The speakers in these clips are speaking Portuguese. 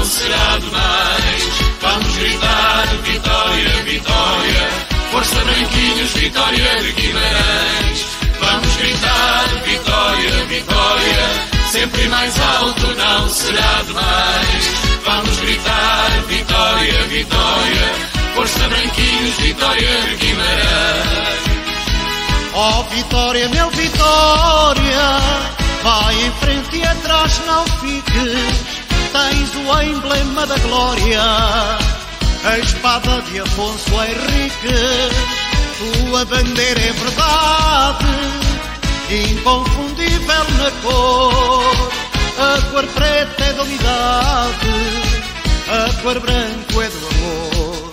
não será demais. Vamos gritar vitória, vitória, força branquinhos, vitória de Guimarães. Vamos gritar vitória, vitória, sempre mais alto não será demais. Vamos gritar vitória, vitória, força branquinhos, vitória de Guimarães. Oh Vitória, meu Vitória, vai em frente e atrás não fiques. Tens o emblema da glória, a espada de Afonso Henriques. Tua bandeira é verdade, inconfundível na cor. A cor preta é da unidade, a cor branca é do amor.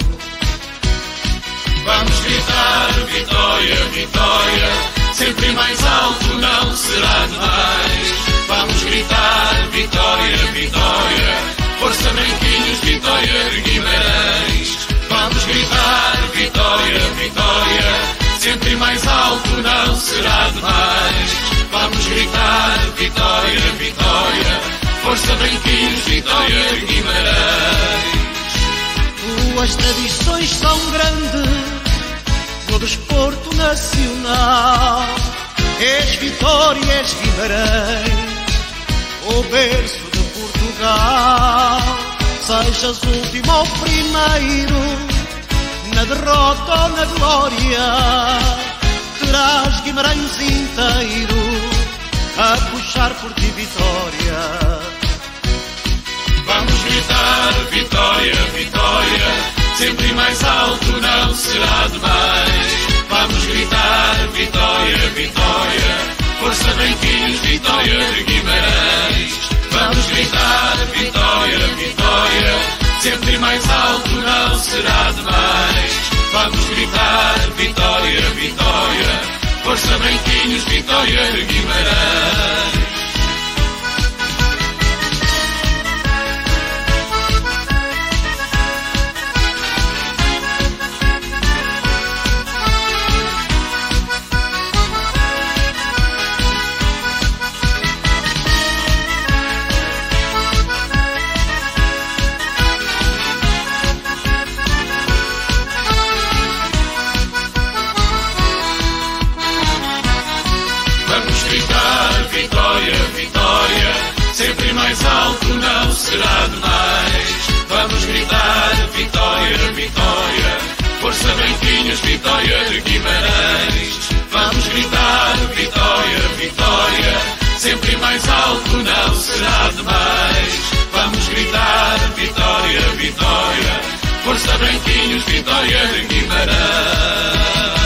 Vamos gritar vitória, vitória, sempre mais alto não será demais. Vamos gritar vitória, vitória, força branquinhos, vitória de Guimarães. Vamos gritar vitória, vitória, sempre mais alto não será demais. Vamos gritar vitória, vitória, força branquinhos, vitória de Guimarães. Tuas tradições são grandes no desporto nacional. És Vitória, és Guimarães, o berço de Portugal. Sejas último ou primeiro, na derrota ou na glória, terás Guimarães inteiro a puxar por ti vitória. Vamos gritar vitória, vitória, sempre mais alto não será demais. Vamos gritar vitória, vitória, força branquinhos, vitória de Guimarães. Vamos gritar vitória, vitória, sempre mais alto não será demais. Vamos gritar vitória, vitória, força branquinhos, vitória de Guimarães. Sempre mais alto não será demais. Vamos gritar vitória, vitória, força branquinhos, vitória de Guimarães. Vamos gritar vitória, vitória, sempre mais alto não será demais. Vamos gritar vitória, vitória, força branquinhos, vitória de Guimarães.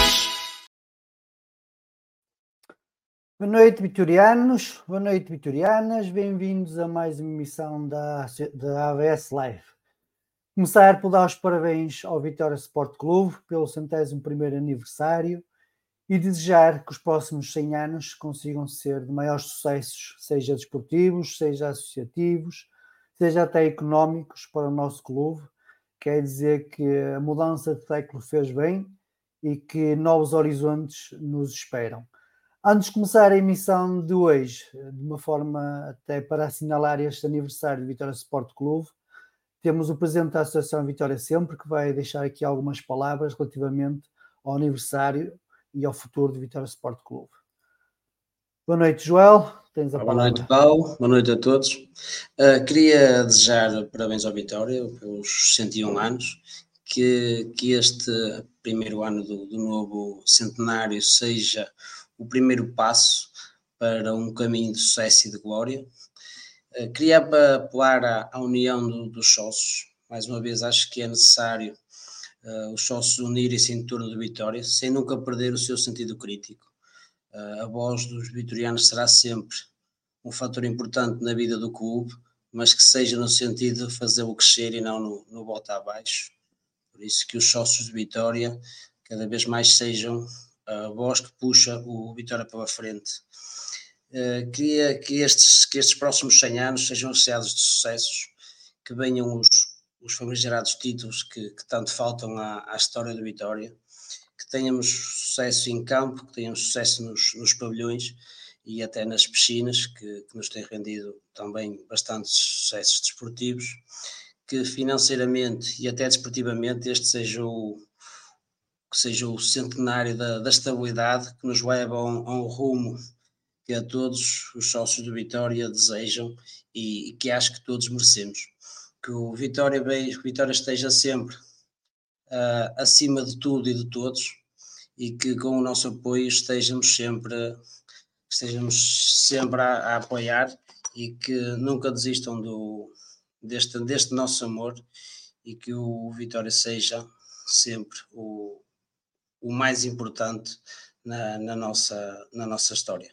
Boa noite, vitorianos, boa noite, vitorianas, bem-vindos a mais uma emissão da AVS Live. Começar por dar os parabéns ao Vitória Sport Clube pelo 101º aniversário e desejar que os próximos 100 anos consigam ser de maiores sucessos, seja desportivos, seja associativos, seja até económicos para o nosso clube. Quer dizer que a mudança de século fez bem e que novos horizontes nos esperam. Antes de começar a emissão de hoje, de uma forma até para assinalar este aniversário do Vitória Sport Clube, temos o presidente da Associação Vitória Sempre, que vai deixar aqui algumas palavras relativamente ao aniversário e ao futuro do Vitória Sport Clube. Boa noite, Joel. Tens a palavra. Boa noite, Paulo. Boa noite a todos. Queria desejar parabéns ao Vitória pelos 101 anos, que este primeiro ano do novo centenário seja o primeiro passo para um caminho de sucesso e de glória. Queria apelar à união dos sócios. Mais uma vez, acho que é necessário os sócios unirem-se em torno do Vitória, sem nunca perder o seu sentido crítico. A voz dos vitorianos será sempre um fator importante na vida do clube, mas que seja no sentido de fazê-lo crescer e não no volta abaixo. Por isso que os sócios de Vitória cada vez mais sejam a voz que puxa o Vitória para a frente. Queria que estes próximos 100 anos sejam recheados de sucessos, que venham os famigerados títulos que tanto faltam à história do Vitória, que tenhamos sucesso em campo, que tenhamos sucesso nos pavilhões e até nas piscinas, que nos tem rendido também bastantes sucessos desportivos, que financeiramente e até desportivamente este seja o centenário da estabilidade que nos leva a um rumo que a todos os sócios do Vitória desejam e que acho que todos merecemos. Que o Vitória esteja sempre acima de tudo e de todos, e que com o nosso apoio estejamos sempre a apoiar, e que nunca desistam deste nosso amor, e que o Vitória seja sempre o mais importante na nossa história.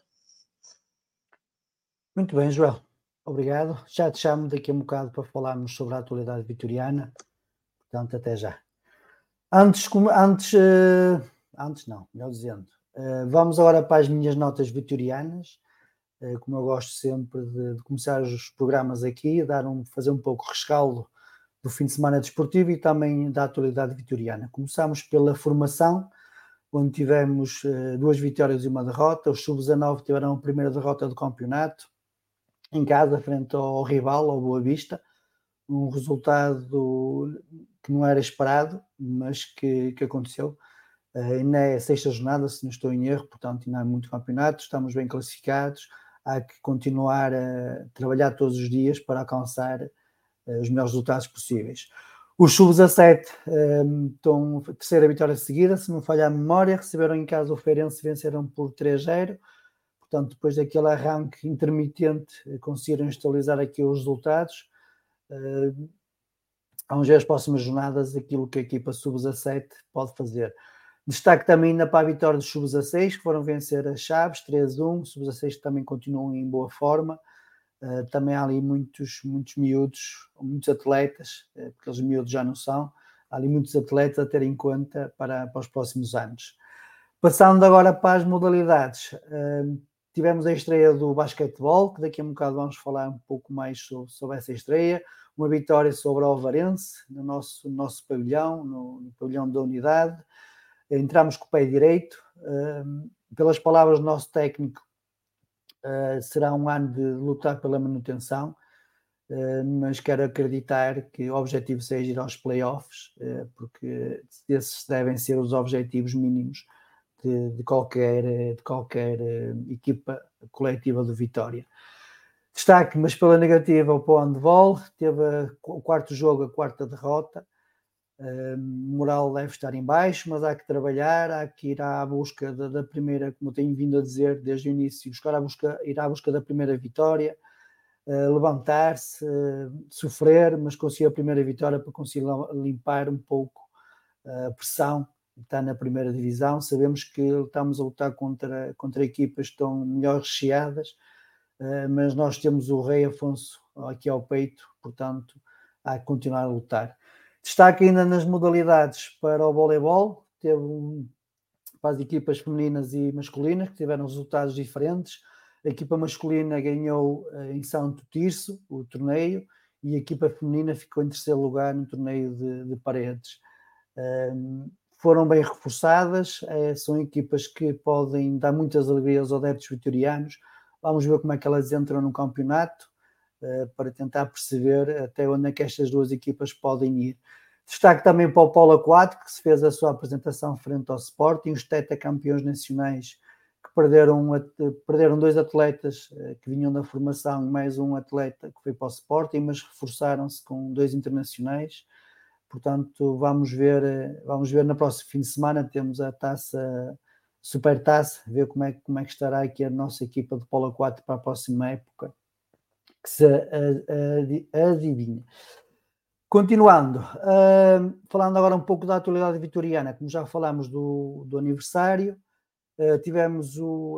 Muito bem, Joel. Obrigado. Já te chamo daqui a um bocado para falarmos sobre a atualidade vitoriana. Portanto, até já. Antes não, melhor dizendo. Vamos agora para as minhas notas vitorianas. Como eu gosto sempre de começar os programas aqui, fazer um pouco rescaldo do fim de semana desportivo e também da atualidade vitoriana. Começamos pela formação, onde tivemos 2 vitórias e 1 derrota. Os sub-19 tiveram a primeira derrota do campeonato, em casa, frente ao rival, ao Boa Vista. Um resultado que não era esperado, mas que aconteceu. Ainda é a 6ª jornada, se não estou em erro, portanto ainda há muito campeonato, estamos bem classificados, há que continuar a trabalhar todos os dias para alcançar os melhores resultados possíveis. Os sub-17 estão a 3ª vitória seguida, se não falhar a memória, receberam em casa o Feirense, venceram por 3-0, portanto depois daquele arranque intermitente conseguiram estabilizar aqui os resultados. Vamos ver as próximas jornadas aquilo que a equipa sub-17 pode fazer. Destaque também ainda para a vitória dos sub-16, que foram vencer a Chaves 3-1, sub-16 que também continuam em boa forma. Também há ali muitos miúdos, muitos atletas, porque os miúdos já não são, há ali muitos atletas a ter em conta para os próximos anos. Passando agora para as modalidades, tivemos a estreia do basquetebol, que daqui a um bocado vamos falar um pouco mais sobre essa estreia. Uma vitória sobre o Alvarense, no nosso pavilhão, no pavilhão da Unidade. Entramos com o pé direito. Pelas palavras do nosso técnico, será um ano de lutar pela manutenção, mas quero acreditar que o objetivo seja ir aos playoffs, porque esses devem ser os objetivos mínimos de qualquer equipa coletiva do Vitória. Destaque, mas pela negativa, o handball, teve o 4º jogo, a 4ª derrota. Moral deve estar em baixo, mas há que trabalhar, há que ir à busca da primeira, como eu tenho vindo a dizer desde o início, ir à busca da primeira vitória, levantar-se, sofrer, mas conseguir a primeira vitória para conseguir limpar um pouco a pressão que está na primeira divisão. Sabemos que estamos a lutar contra equipas que estão melhor recheadas, mas nós temos o Rei Afonso aqui ao peito, portanto há que continuar a lutar. Destaque ainda nas modalidades para o voleibol, teve para as equipas femininas e masculinas que tiveram resultados diferentes. A equipa masculina ganhou em Santo Tirso o torneio e a equipa feminina ficou em 3º lugar no torneio de Paredes. Foram bem reforçadas, são equipas que podem dar muitas alegrias aos adeptos vitorianos. Vamos ver como é que elas entram no campeonato, para tentar perceber até onde é que estas duas equipas podem ir. Destaque também para o polo aquático, que se fez a sua apresentação frente ao Sporting, os tetracampeões nacionais que perderam 2 atletas que vinham da formação, mais um atleta que foi para o Sporting, mas reforçaram-se com 2 internacionais. Portanto, vamos ver no próximo fim de semana, temos a Super Taça, ver como é que estará aqui a nossa equipa de polo aquático para a próxima época, que se adivinha. Continuando, falando agora um pouco da atualidade vitoriana, como já falámos do aniversário, tivemos o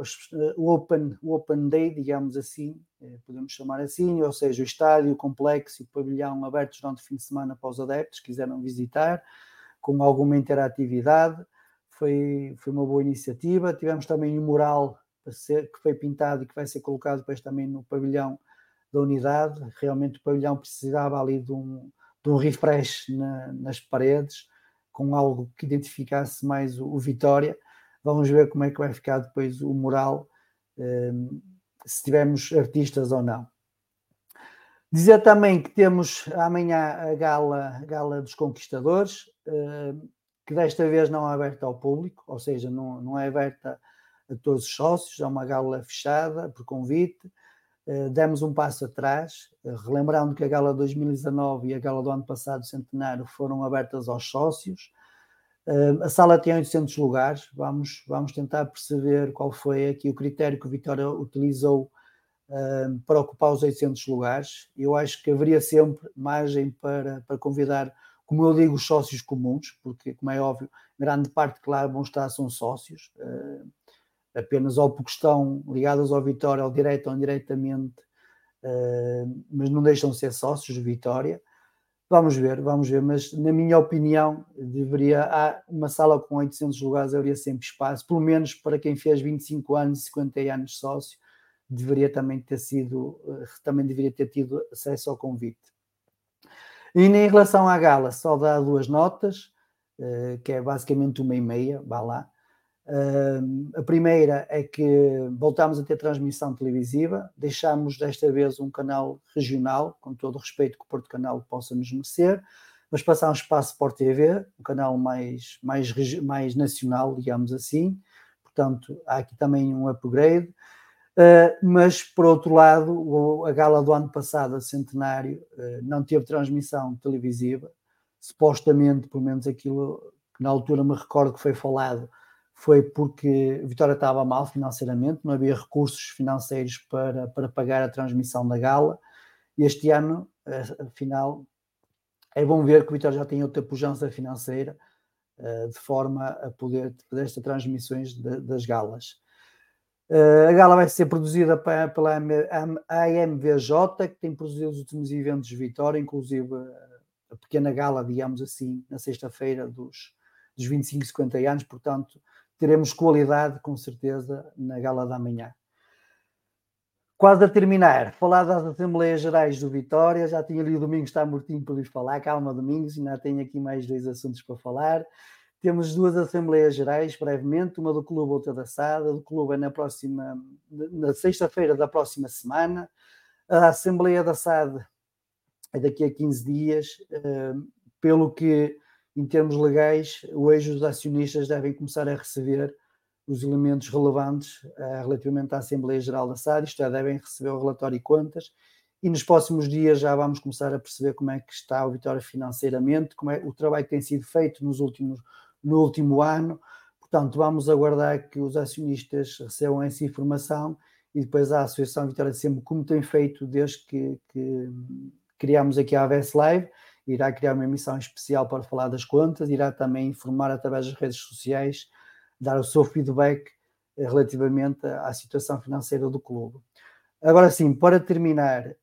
Open Day, digamos assim, podemos chamar assim, ou seja, o estádio, o complexo e o pavilhão abertos durante o fim de semana para os adeptos que quiseram visitar, com alguma interatividade. Foi uma boa iniciativa. Tivemos também um mural que foi pintado e que vai ser colocado depois também no pavilhão da Unidade. Realmente o pavilhão precisava ali de um refresh nas paredes, com algo que identificasse mais o Vitória. Vamos ver como é que vai ficar depois o mural se tivermos artistas ou não. Dizer também que temos amanhã a Gala dos Conquistadores, que desta vez não é aberta ao público, ou seja, não é aberta a todos os sócios, é uma gala fechada por convite. Demos um passo atrás, relembrando que a Gala 2019 e a Gala do ano passado, centenário, foram abertas aos sócios. A sala tem 800 lugares, vamos tentar perceber qual foi aqui o critério que o Vitória utilizou para ocupar os 800 lugares. Eu acho que haveria sempre margem para convidar, como eu digo, os sócios comuns, porque, como é óbvio, grande parte que lá vão estar são sócios, apenas ou porque estão ligados ao Vitória, ou direto ou indiretamente, mas não deixam de ser sócios de Vitória. Vamos ver, mas na minha opinião há uma sala com 800 lugares, haveria sempre espaço, pelo menos para quem fez 25 anos e 50 anos sócio, também deveria ter tido acesso ao convite. E em relação à gala, só dá 2 notas, que é basicamente 1,5, vá lá. A primeira é que voltámos a ter transmissão televisiva, deixámos desta vez um canal regional, com todo o respeito que o Porto Canal possa nos merecer, mas passámos para a Sport TV, um canal mais nacional, digamos assim. Portanto, há aqui também um upgrade. Mas, por outro lado, a gala do ano passado, a centenário, não teve transmissão televisiva. Supostamente, pelo menos aquilo que na altura me recordo que foi falado, foi porque a Vitória estava mal financeiramente, não havia recursos financeiros para pagar a transmissão da gala. E este ano, afinal, é bom ver que o Vitória já tem outra pujança financeira, de forma a poder fazer estas transmissões das galas. A gala vai ser produzida pela AMVJ, que tem produzido os últimos eventos de Vitória, inclusive a pequena gala, digamos assim, na sexta-feira dos 25 e 50 anos. Portanto, teremos qualidade, com certeza, na gala da manhã. Quase a terminar, falar das Assembleias Gerais do Vitória. Já tinha ali o Domingos, está mortinho para lhes falar. Calma, Domingos, ainda tenho aqui mais 2 assuntos para falar. Temos 2 Assembleias Gerais, brevemente, uma do clube, outra da SAD. A do clube é na sexta-feira da próxima semana. A Assembleia da SAD é daqui a 15 dias, pelo que, em termos legais, hoje os acionistas devem começar a receber os elementos relevantes relativamente à Assembleia Geral da SAD, isto é, devem receber o relatório e contas, e nos próximos dias já vamos começar a perceber como é que está o Vitória financeiramente, como é o trabalho que tem sido feito no último ano. Portanto, vamos aguardar que os acionistas recebam essa informação e depois a Associação Vitória de Sempre, como tem feito desde que criámos aqui a AVS Live, irá criar uma emissão especial para falar das contas, irá também informar através das redes sociais, dar o seu feedback relativamente à situação financeira do clube. Agora sim, para terminar,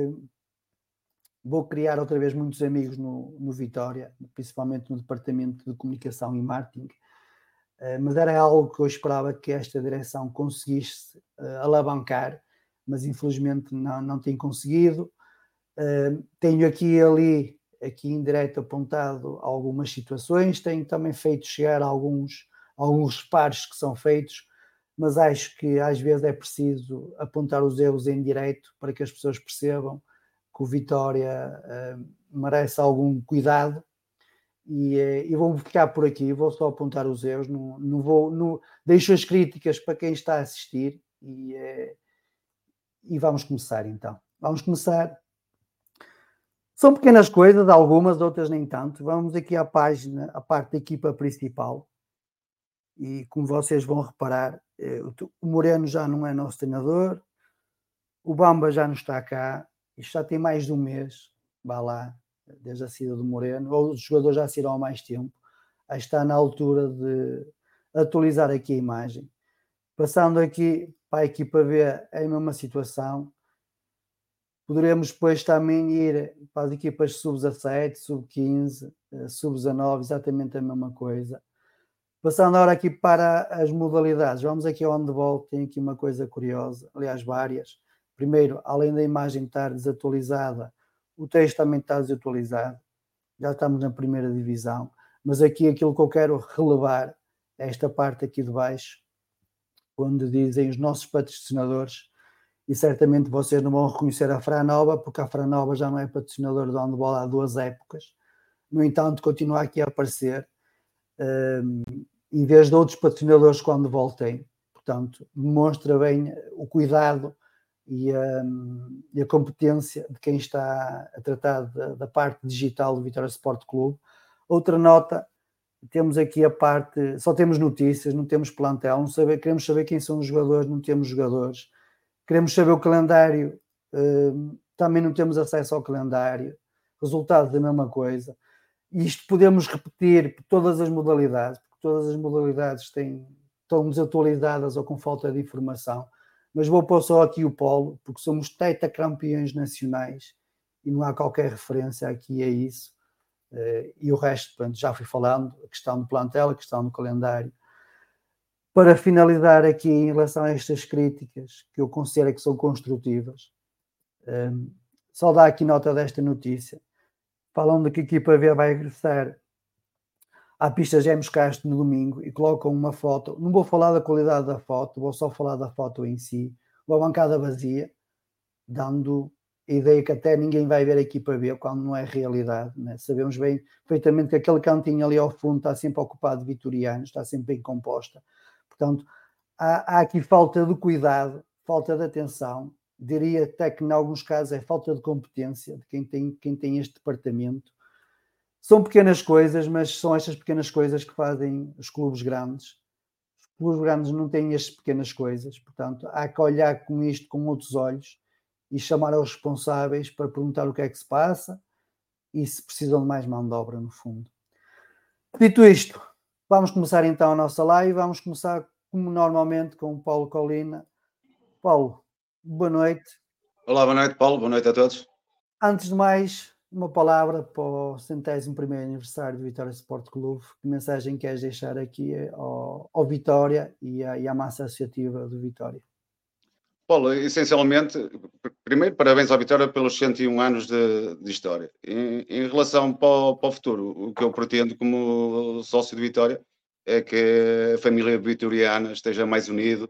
vou criar outra vez muitos amigos no Vitória, principalmente no departamento de comunicação e marketing, mas era algo que eu esperava que esta direção conseguisse alavancar, mas infelizmente não tem conseguido. Tenho aqui em direto apontado algumas situações, tenho também feito chegar alguns reparos que são feitos, mas acho que às vezes é preciso apontar os erros em direto para que as pessoas percebam que o Vitória merece algum cuidado, e vou ficar por aqui, vou só apontar os erros, deixo as críticas para quem está a assistir e vamos começar então. Vamos começar. São pequenas coisas, algumas, outras nem tanto. Vamos aqui à página, à parte da equipa principal. E como vocês vão reparar, o Moreno já não é nosso treinador, o Bamba já não está cá, isto já tem mais de um mês, vá lá, desde a saída do Moreno, ou os jogadores já saíram há mais tempo. Aí está na altura de atualizar aqui a imagem. Passando aqui para a equipa B, é a mesma situação. Poderemos depois também ir para as equipas sub-17, sub-15, sub-19, exatamente a mesma coisa. Passando agora aqui para as modalidades, vamos aqui ao handball, tem aqui uma coisa curiosa, aliás várias. Primeiro, além da imagem estar desatualizada, o texto também está desatualizado. Já estamos na primeira divisão, mas aqui aquilo que eu quero relevar é esta parte aqui de baixo, quando dizem os nossos patrocinadores, e certamente vocês não vão reconhecer a Franova, porque a Franova já não é patrocinador do handball há 2 épocas. No entanto, continua aqui a aparecer, em vez de outros patrocinadores quando voltem. Portanto, demonstra bem o cuidado e a competência de quem está a tratar da parte digital do Vitória Sport Clube. Outra nota, temos aqui a parte, só temos notícias, não temos plantel, queremos saber quem são os jogadores, não temos jogadores, queremos saber o calendário, também não temos acesso ao calendário, resultado da mesma coisa. E isto podemos repetir por todas as modalidades, porque todas as modalidades estão desatualizadas ou com falta de informação. Mas vou pôr só aqui o polo, porque somos tetracampeões nacionais e não há qualquer referência aqui a isso. E o resto, pronto, já fui falando, a questão do plantel, a questão do calendário. Para finalizar aqui em relação a estas críticas, que eu considero que são construtivas, só dar aqui nota desta notícia. Falam de que a equipa B vai regressar à pista James Castro no domingo e colocam uma foto. Não vou falar da qualidade da foto, vou só falar da foto em si. Uma bancada vazia, dando a ideia que até ninguém vai ver a equipa B, quando não é realidade. Né? Sabemos bem perfeitamente que aquele cantinho ali ao fundo está sempre ocupado de vitorianos, está sempre bem composta. Portanto, há aqui falta de cuidado, falta de atenção. Diria até que, em alguns casos, é falta de competência de quem tem este departamento. São pequenas coisas, mas são estas pequenas coisas que fazem os clubes grandes. Os clubes grandes não têm estas pequenas coisas, portanto, há que olhar com isto com outros olhos e chamar aos responsáveis para perguntar o que é que se passa e se precisam de mais mão de obra, no fundo. Dito isto, vamos começar então a nossa live. Vamos começar, como normalmente, com o Paulo Colina. Paulo, boa noite. Olá, boa noite, Paulo. Boa noite a todos. Antes de mais, uma palavra para o 101º aniversário do Vitória Sport Clube. Que mensagem queres deixar aqui ao Vitória e à massa associativa do Vitória? Paulo, essencialmente, primeiro, parabéns ao Vitória pelos 101 anos de história. Em relação para o futuro, o que eu pretendo como sócio de Vitória é que a família vitoriana esteja mais unida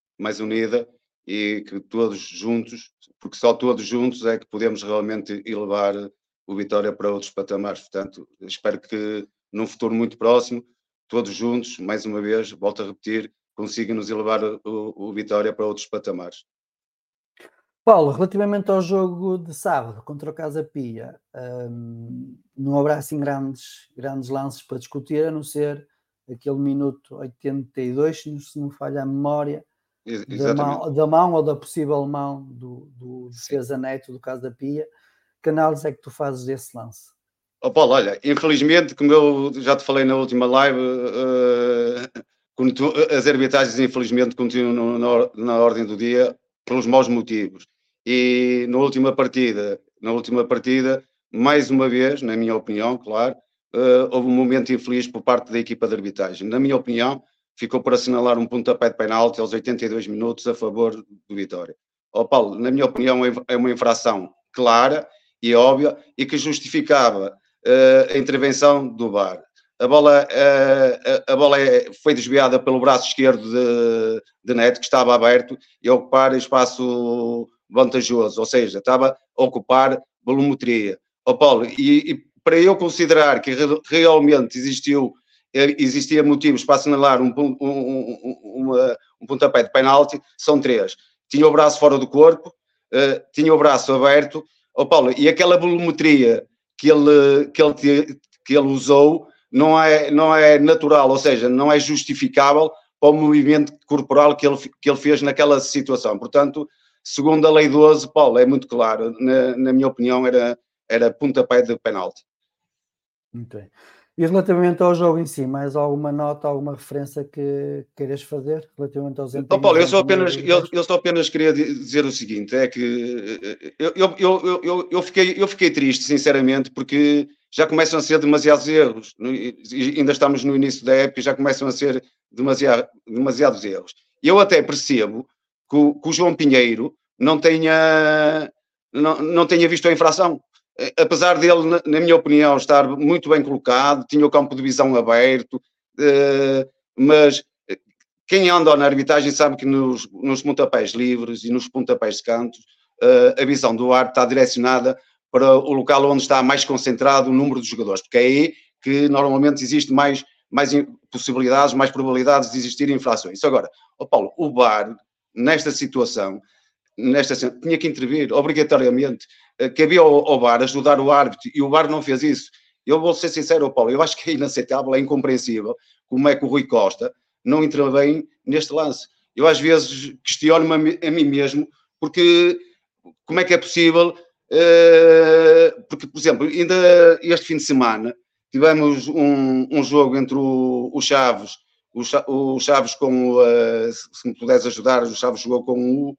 e que todos juntos, porque só todos juntos é que podemos realmente elevar o Vitória para outros patamares. Portanto, espero que num futuro muito próximo, todos juntos, mais uma vez, volto a repetir, consigam-nos elevar o Vitória para outros patamares. Paulo, relativamente ao jogo de sábado contra o Casa Pia, não haverá assim grandes lances para discutir, a não ser aquele minuto 82, se não falha a memória, da mão ou da possível mão do defesa Neto do Casa Pia. Que análise é que tu fazes desse lance? Oh, Paulo, olha, infelizmente, como eu já te falei na última live, as arbitragens infelizmente continuam na ordem do dia pelos maus motivos. E na última partida, mais uma vez, na minha opinião, claro, houve um momento infeliz por parte da equipa de arbitragem. Na minha opinião, ficou por assinalar um pontapé de penalti aos 82 minutos a favor do Vitória. Oh, Paulo, na minha opinião, é uma infração clara e óbvia e que justificava a intervenção do VAR. A bola foi desviada pelo braço esquerdo de Neto, que estava aberto e a ocupar espaço vantajoso, ou seja, estava a ocupar volumetria. Oh, Paulo, e para eu considerar que realmente existia motivos para assinalar um pontapé de penalti, são 3. Tinha o braço fora do corpo, tinha o braço aberto, oh, Paulo, e aquela volumetria que ele usou não é natural, ou seja, não é justificável para o movimento corporal que ele fez naquela situação. Portanto, segundo a Lei 12, Paulo, é muito claro, na minha opinião, era pontapé de penalti. Muito bem. E relativamente ao jogo em si, mais alguma nota, alguma referência que queiras fazer relativamente aos empenhos? Oh, Paulo, eu só apenas queria dizer o seguinte, é que eu fiquei triste, sinceramente, porque já começam a ser demasiados erros. Ainda estamos no início da época e já começam a ser demasiados erros. Eu até percebo que o João Pinheiro não tenha visto a infração. Apesar dele, na minha opinião, estar muito bem colocado, tinha o campo de visão aberto, mas quem anda na arbitragem sabe que nos pontapés livres e nos pontapés de cantos, a visão do árbitro está direcionada para o local onde está mais concentrado o número de jogadores, porque é aí que normalmente existe mais possibilidades, mais probabilidades de existirem infrações. Agora, Paulo, o VAR, nesta situação, tinha que intervir obrigatoriamente, cabia ao VAR ajudar o árbitro, e o VAR não fez isso. Eu vou ser sincero, Paulo, eu acho que é inaceitável, é incompreensível como é que o Rui Costa não intervém neste lance. Eu às vezes questiono-me a mim mesmo, porque como é que é possível, porque, por exemplo, ainda este fim de semana tivemos um jogo entre o Chaves, o Chaves com, se me puderes ajudar, o Chaves jogou com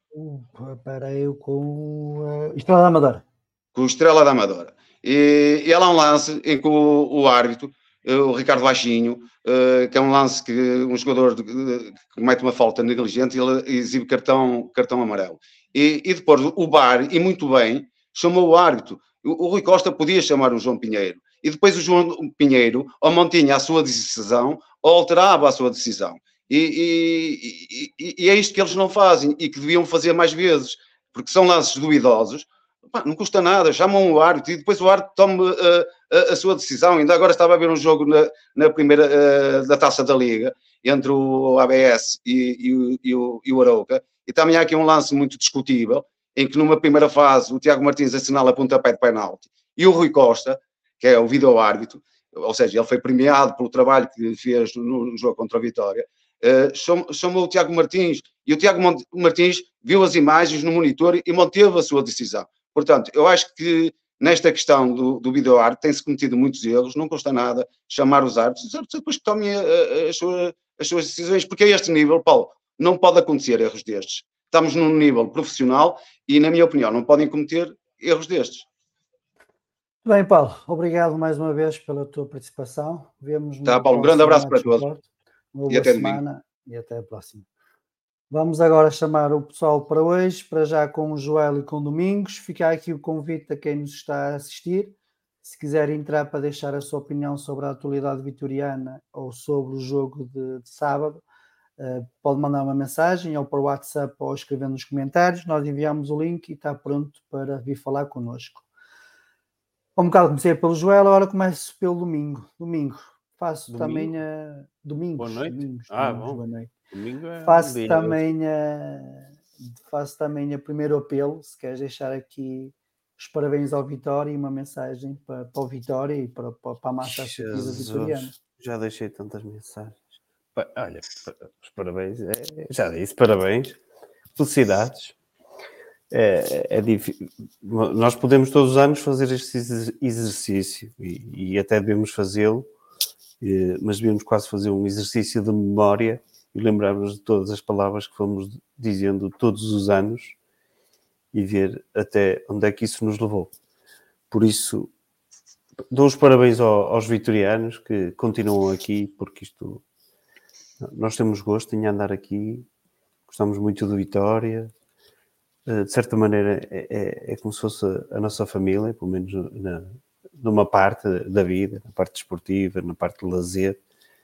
com Estrela da Amadora. Com o Estrela da Amadora. E há lá um lance em que o árbitro, o Ricardo Baixinho, que é um lance que um jogador que comete uma falta negligente, ele exibe cartão amarelo. E depois o VAR, e muito bem, chamou o árbitro. O Rui Costa podia chamar o João Pinheiro. E depois o João Pinheiro ou mantinha a sua decisão ou alterava a sua decisão. E é isto que eles não fazem e que deviam fazer mais vezes, porque são lances duvidosos. Não custa nada, chamam o árbitro e depois o árbitro toma a sua decisão. Ainda agora estava a ver um jogo na primeira da Taça da Liga entre o ABS e o Arouca, e também há aqui um lance muito discutível em que numa primeira fase o Tiago Martins assinala pontapé de penalti e o Rui Costa, que é o vídeo-árbitro, ou seja, ele foi premiado pelo trabalho que fez no jogo contra a Vitória, chamou o Tiago Martins, e o Tiago Martins viu as imagens no monitor e manteve a sua decisão. Portanto, eu acho que nesta questão do vídeo-árbitro tem-se cometido muitos erros, não custa nada chamar os árbitros depois que tomem as suas decisões, porque a este nível, Paulo, não pode acontecer erros destes. Estamos num nível profissional e, na minha opinião, não podem cometer erros destes. Bem, Paulo, obrigado mais uma vez pela tua participação. Vemos Paulo, um grande abraço para todos. Uma boa semana e até a próxima. Vamos agora chamar o pessoal para hoje, para já com o Joel e com o Domingos. Fica aqui o convite a quem nos está a assistir. Se quiser entrar para deixar a sua opinião sobre a atualidade vitoriana ou sobre o jogo de sábado, pode mandar uma mensagem ou para o WhatsApp ou escrever nos comentários. Nós enviamos o link e está pronto para vir falar connosco. Um bocado comecei pelo Joel, agora começo pelo Domingo. Domingo, faço também a... Domingos. Boa noite. Domingos, Bom. Boa noite. Domingo é faço também a primeiro apelo, se queres deixar aqui os parabéns ao Vitória e uma mensagem para o Vitória e para a massa associativa vitoriana. Já deixei tantas mensagens. Olha, os parabéns, já disse, parabéns, felicidades. É difícil. Nós podemos todos os anos fazer este exercício e até devemos fazê-lo, mas devemos quase fazer um exercício de memória e lembrarmos de todas as palavras que fomos dizendo todos os anos e ver até onde é que isso nos levou. Por isso, dou os parabéns aos vitorianos que continuam aqui, porque isto... Nós temos gosto em andar aqui, gostamos muito do Vitória. De certa maneira é como se fosse a nossa família, pelo menos numa parte da vida, na parte desportiva, na parte de lazer,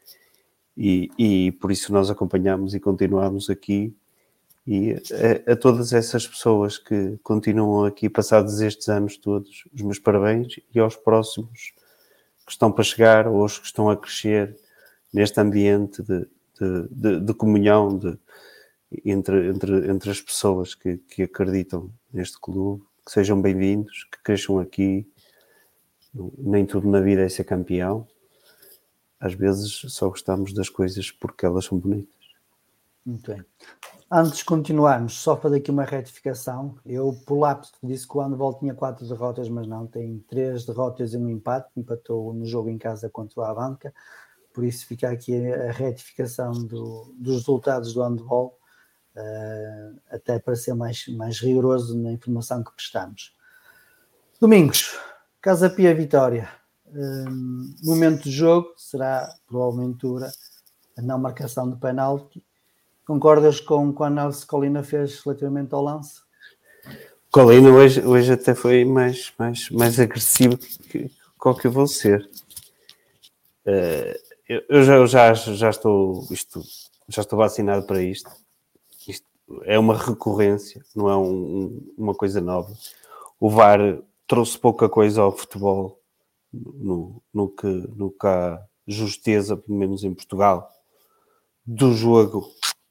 e por isso nós acompanhamos e continuamos aqui, e a todas essas pessoas que continuam aqui passados estes anos todos, os meus parabéns, e aos próximos que estão para chegar, ou os que estão a crescer neste ambiente de comunhão, entre as pessoas que acreditam neste clube, que sejam bem-vindos, que cresçam aqui. Nem tudo na vida é ser campeão. Às vezes só gostamos das coisas porque elas são bonitas. Muito bem. Antes de continuarmos, só para aqui uma retificação. Eu, por lápis, disse que o Handball tinha 4 derrotas, mas não, tem 3 derrotas e um empate. Empatou no jogo em casa contra o Avanca. Por isso fica aqui a retificação dos resultados do Handball, até para ser mais rigoroso na informação que prestamos. Domingos, Casa Pia Vitória. Momento de jogo será provavelmente a não marcação de penalti. Concordas com o que a análise que Colina fez relativamente ao lance? Colina hoje até foi mais agressivo que qual que eu vou ser. Eu já estou... Isto já estou vacinado para isto. Isto é uma recorrência, não é uma coisa nova. O VAR trouxe pouca coisa ao futebol no que há justeza, pelo menos em Portugal, do jogo.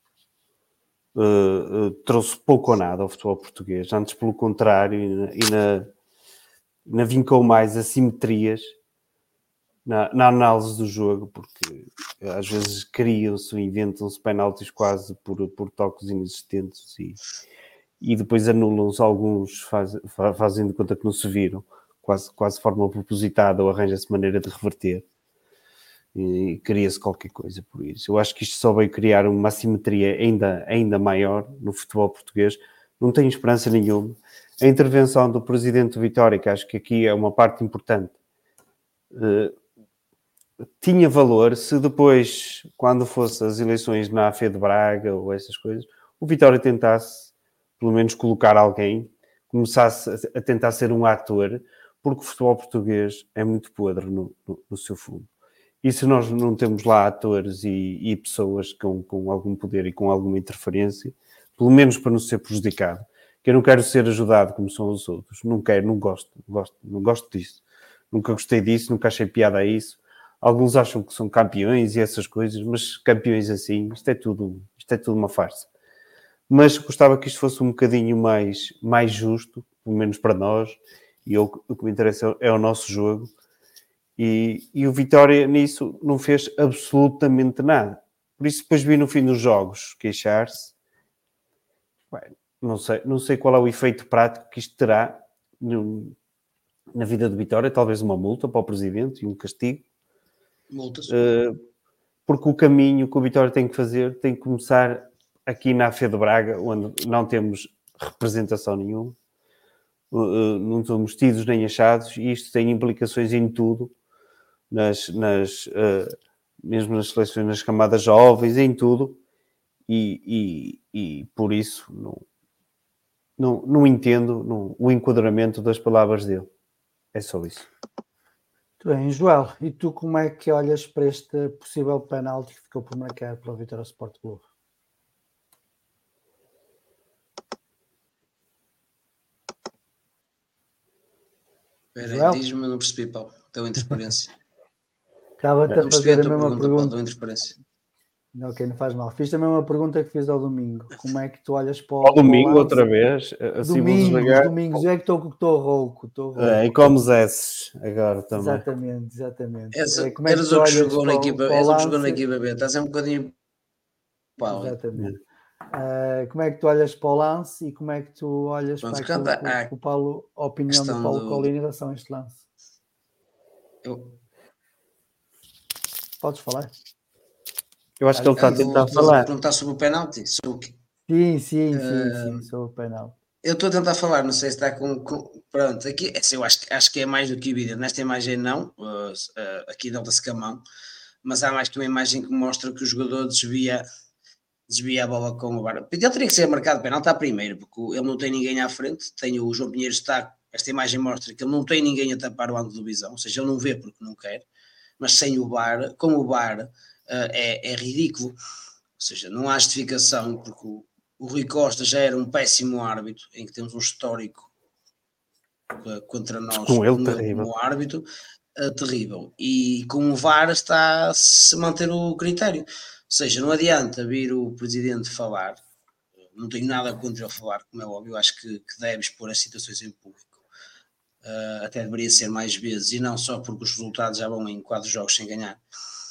Trouxe pouco ou nada ao futebol português. Antes, pelo contrário, ainda vincou mais assimetrias na análise do jogo, porque às vezes criam-se, inventam-se penaltis quase por toques inexistentes e depois anulam-se alguns, fazendo de conta que não se viram, quase de forma propositada, ou arranja-se maneira de reverter e cria-se qualquer coisa por isso. Eu acho que isto só veio criar uma assimetria ainda maior no futebol português. Não tenho esperança nenhuma. A intervenção do presidente Vitória, que acho que aqui é uma parte importante, tinha valor se depois, quando fosse as eleições na AF de Braga ou essas coisas, o Vitória tentasse, pelo menos, colocar alguém, começasse a tentar ser um ator, porque o futebol português é muito podre no seu fundo. E se nós não temos lá atores e pessoas com algum poder e com alguma interferência, pelo menos para não ser prejudicado, que eu não quero ser ajudado como são os outros, não gosto disso. Nunca gostei disso, nunca achei piada a isso. Alguns acham que são campeões e essas coisas, mas campeões assim, isto é tudo uma farsa. Mas gostava que isto fosse um bocadinho mais justo, pelo menos para nós, e o que me interessa é o nosso jogo. E o Vitória nisso não fez absolutamente nada. Por isso depois vi no fim dos jogos queixar-se. Bem, não sei qual é o efeito prático que isto terá na vida do Vitória. Talvez uma multa para o presidente e um castigo. Multas. Porque o caminho que o Vitória tem que fazer tem que começar aqui na AF de Braga, onde não temos representação nenhuma, não somos tidos nem achados, e isto tem implicações em tudo, mesmo nas seleções, nas camadas jovens, em tudo, e por isso não entendo o enquadramento das palavras dele. É só isso. Muito bem, Joel, e tu como é que olhas para este possível penalti que ficou por marcar pelo Vitória Sport Clube? Espera aí, diz-me, não percebi, Paulo. Deu interferência. Acaba-te a fazer a mesma pergunta. Deu interferência. Ok, não faz mal. Fiz também uma pergunta que fiz ao domingo. Como é que tu olhas para ao domingo outra vez? Assim domingos. Eu é que estou rouco. E comes esses agora também. Exatamente. Como é que tu olhas jogou na equipa? Jogou na equipa B. Estás um bocadinho... Paulo. Exatamente. Como é que tu olhas para o lance e como é que tu olhas para aquilo, o Paulo, a opinião do Paulo Colina em relação a este lance? Podes falar? Eu acho que ele está a tentar falar. Perguntar sobre o penalti? Sim, sobre o penalti. Eu estou a tentar falar, não sei se está com pronto, aqui eu acho que é mais do que evidente. Nesta imagem não, aqui nota-se com a mão, mas há mais que uma imagem que mostra que o jogador desvia a bola com o VAR. Ele teria que ser marcado penalti à primeira, porque ele não tem ninguém à frente, o João Pinheiro esta imagem mostra que ele não tem ninguém a tapar o ângulo de visão, ou seja, ele não vê porque não quer, mas sem o VAR, com o VAR é ridículo, ou seja, não há justificação, porque o Rui Costa já era um péssimo árbitro, em que temos um histórico contra nós como árbitro terrível, e com o VAR está a se manter o critério, ou seja, não adianta vir o presidente falar, não tenho nada contra ele falar, como é óbvio, acho que deve expor as situações em público, até deveria ser mais vezes, e não só porque os resultados já vão em 4 jogos sem ganhar,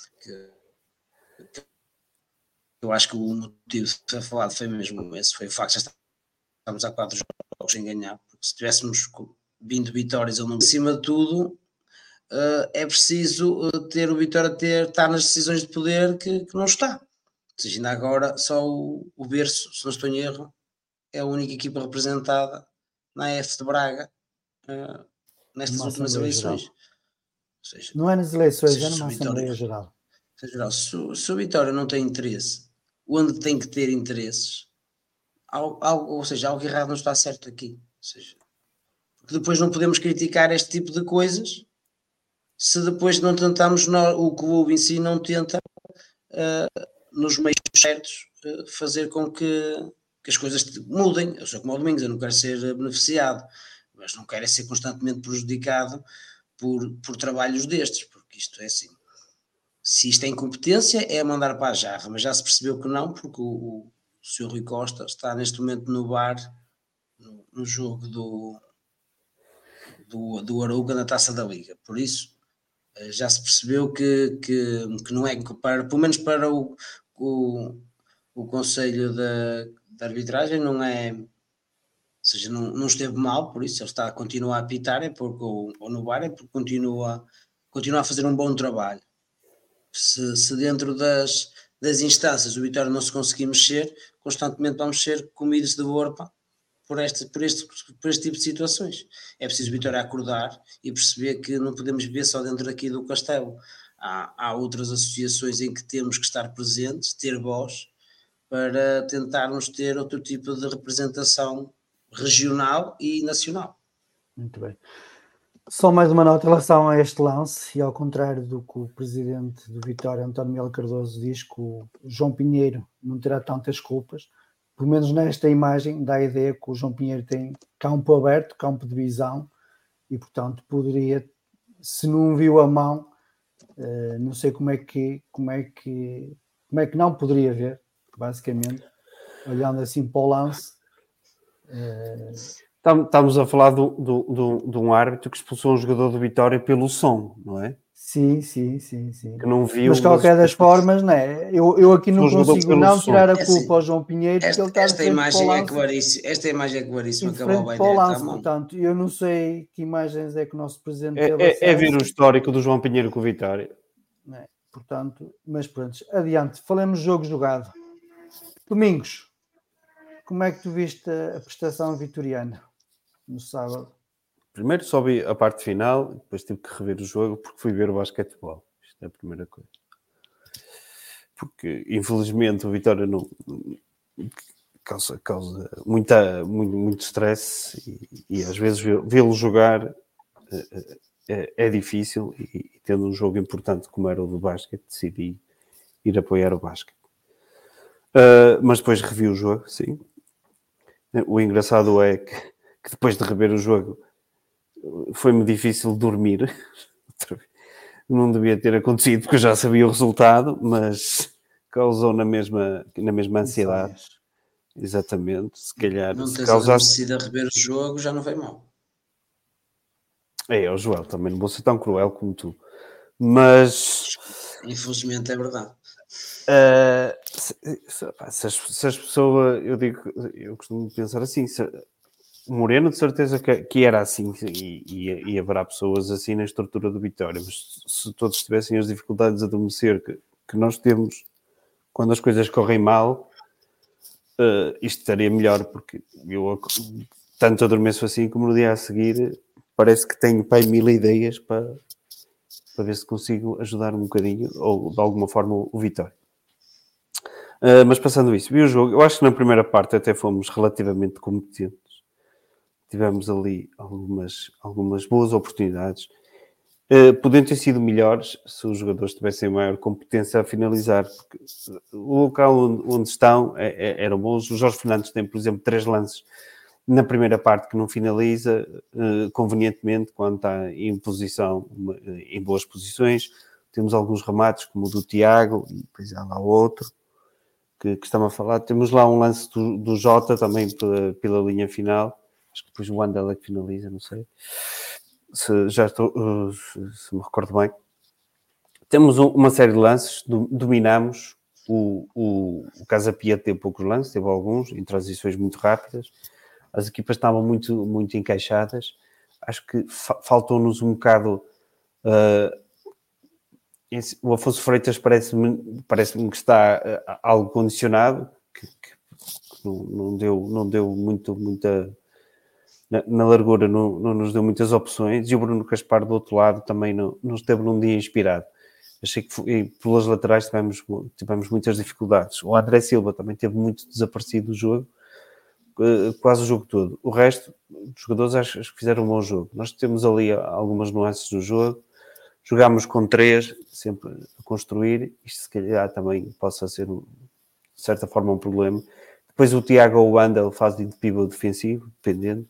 eu acho que o motivo de ser falado foi mesmo esse, foi o facto de já estamos há 4 jogos sem ganhar, porque se tivéssemos 20 vitórias ou não, acima de tudo, é preciso ter o Vitória estar nas decisões de poder que não está. Ou seja, ainda agora só o Berço, se não estou em erro, é a única equipa representada na AF de Braga nestas últimas eleições. Ou seja, não é nas eleições, é numa Assembleia Geral. Se o Vitória não tem interesse, onde tem que ter interesses, ou seja, algo errado não está certo aqui. Ou seja, porque depois não podemos criticar este tipo de coisas se depois não tentamos, o clube em si não tenta nos meios certos, fazer com que as coisas mudem. Eu sou como o Domingos, eu não quero ser beneficiado, mas não quero ser constantemente prejudicado por trabalhos destes, porque isto é assim. Se isto é incompetência, é mandar para a jarra, mas já se percebeu que não, porque o Sr. Rui Costa está neste momento no bar, no jogo do Arouca na Taça da Liga. Por isso, já se percebeu que não é, pelo menos para o Conselho da Arbitragem, não é, ou seja, não esteve mal, por isso ele está a continuar a apitar, é porque, ou no bar, é porque continua a fazer um bom trabalho. Se dentro das instâncias o Vitória não se conseguir mexer, constantemente vamos ser comidos de borpa por este tipo de situações. É preciso o Vitória acordar e perceber que não podemos viver só dentro daqui do castelo. Há outras associações em que temos que estar presentes, ter voz, para tentarmos ter outro tipo de representação regional e nacional. Muito bem. Só mais uma nota em relação a este lance, e ao contrário do que o presidente do Vitória, António Miguel Cardoso, diz que o João Pinheiro não terá tantas culpas, pelo menos nesta imagem dá a ideia que o João Pinheiro tem campo aberto, campo de visão, e portanto poderia, se não viu a mão, não sei como é que não poderia ver, basicamente, olhando assim para o lance. Estamos a falar de um árbitro que expulsou um jogador do Vitória pelo som, não é? Sim. Que não viu. Mas de qualquer das formas, não é? Eu aqui não consigo não tirar a culpa ao João Pinheiro, porque ele está esta imagem é claríssima. Esta imagem é claríssima que a bola vai direto à mão. Portanto, eu não sei que imagens é que o nosso presidente é ver o histórico do João Pinheiro com o Vitória. É, portanto, mas pronto, adiante. Falemos jogo jogado. Domingos, como é que tu viste a prestação vitoriana no sábado? Primeiro só vi a parte final, depois tive que rever o jogo porque fui ver o basquetebol. Isto é a primeira coisa. Porque, infelizmente, o Vitória não causa muito stress e às vezes vê-lo jogar é difícil e tendo um jogo importante como era o do basquete, decidi ir apoiar o basquete. Mas depois revi o jogo, sim. O engraçado é que depois de rever o jogo foi-me difícil dormir. Não devia ter acontecido porque eu já sabia o resultado, mas causou na mesma ansiedade. Exatamente. Se calhar não se tens causasse... a rever o jogo, já não vai mal. O Joel, também não vou ser tão cruel como tu. Mas... Infelizmente é verdade. Se as pessoas... Eu costumo pensar assim... Moreno, de certeza que era assim e haverá pessoas assim na estrutura do Vitória, mas se todos tivessem as dificuldades de adormecer que nós temos quando as coisas correm mal, isto estaria melhor, porque eu tanto adormeço assim como no dia a seguir parece que tenho 1000 ideias para ver se consigo ajudar um bocadinho ou de alguma forma o Vitória. Mas passando isso, vi o jogo, eu acho que na primeira parte até fomos relativamente competentes. Tivemos ali algumas boas oportunidades. Podiam ter sido melhores se os jogadores tivessem maior competência a finalizar. Porque o local onde estão eram bons. O Jorge Fernandes tem, por exemplo, 3 lances na primeira parte que não finaliza convenientemente quando está em posição, em boas posições. Temos alguns remates, como o do Tiago, e depois há lá outro que estamos a falar. Temos lá um lance do Jota também pela linha final. Acho que depois o Wandel é que finaliza, não sei. Se me recordo bem. Temos uma série de lances, dominamos. O Casa Pia teve poucos lances, teve alguns, em transições muito rápidas. As equipas estavam muito, muito encaixadas. Acho que faltou-nos um bocado... o Afonso Freitas parece-me que está algo condicionado, que não deu muita... Na largura não nos deu muitas opções, e o Bruno Caspar do outro lado também não esteve num dia inspirado. Achei que pelas laterais tivemos muitas dificuldades. O André Silva também teve muito desaparecido do jogo, quase o jogo todo. O resto dos jogadores acho que fizeram um bom jogo. Nós temos ali algumas nuances do jogo. jogámos com 3, sempre a construir, isto se calhar também possa ser, de certa forma, um problema. Depois o Tiago ou o Wandel fazem de pivô defensivo, dependendo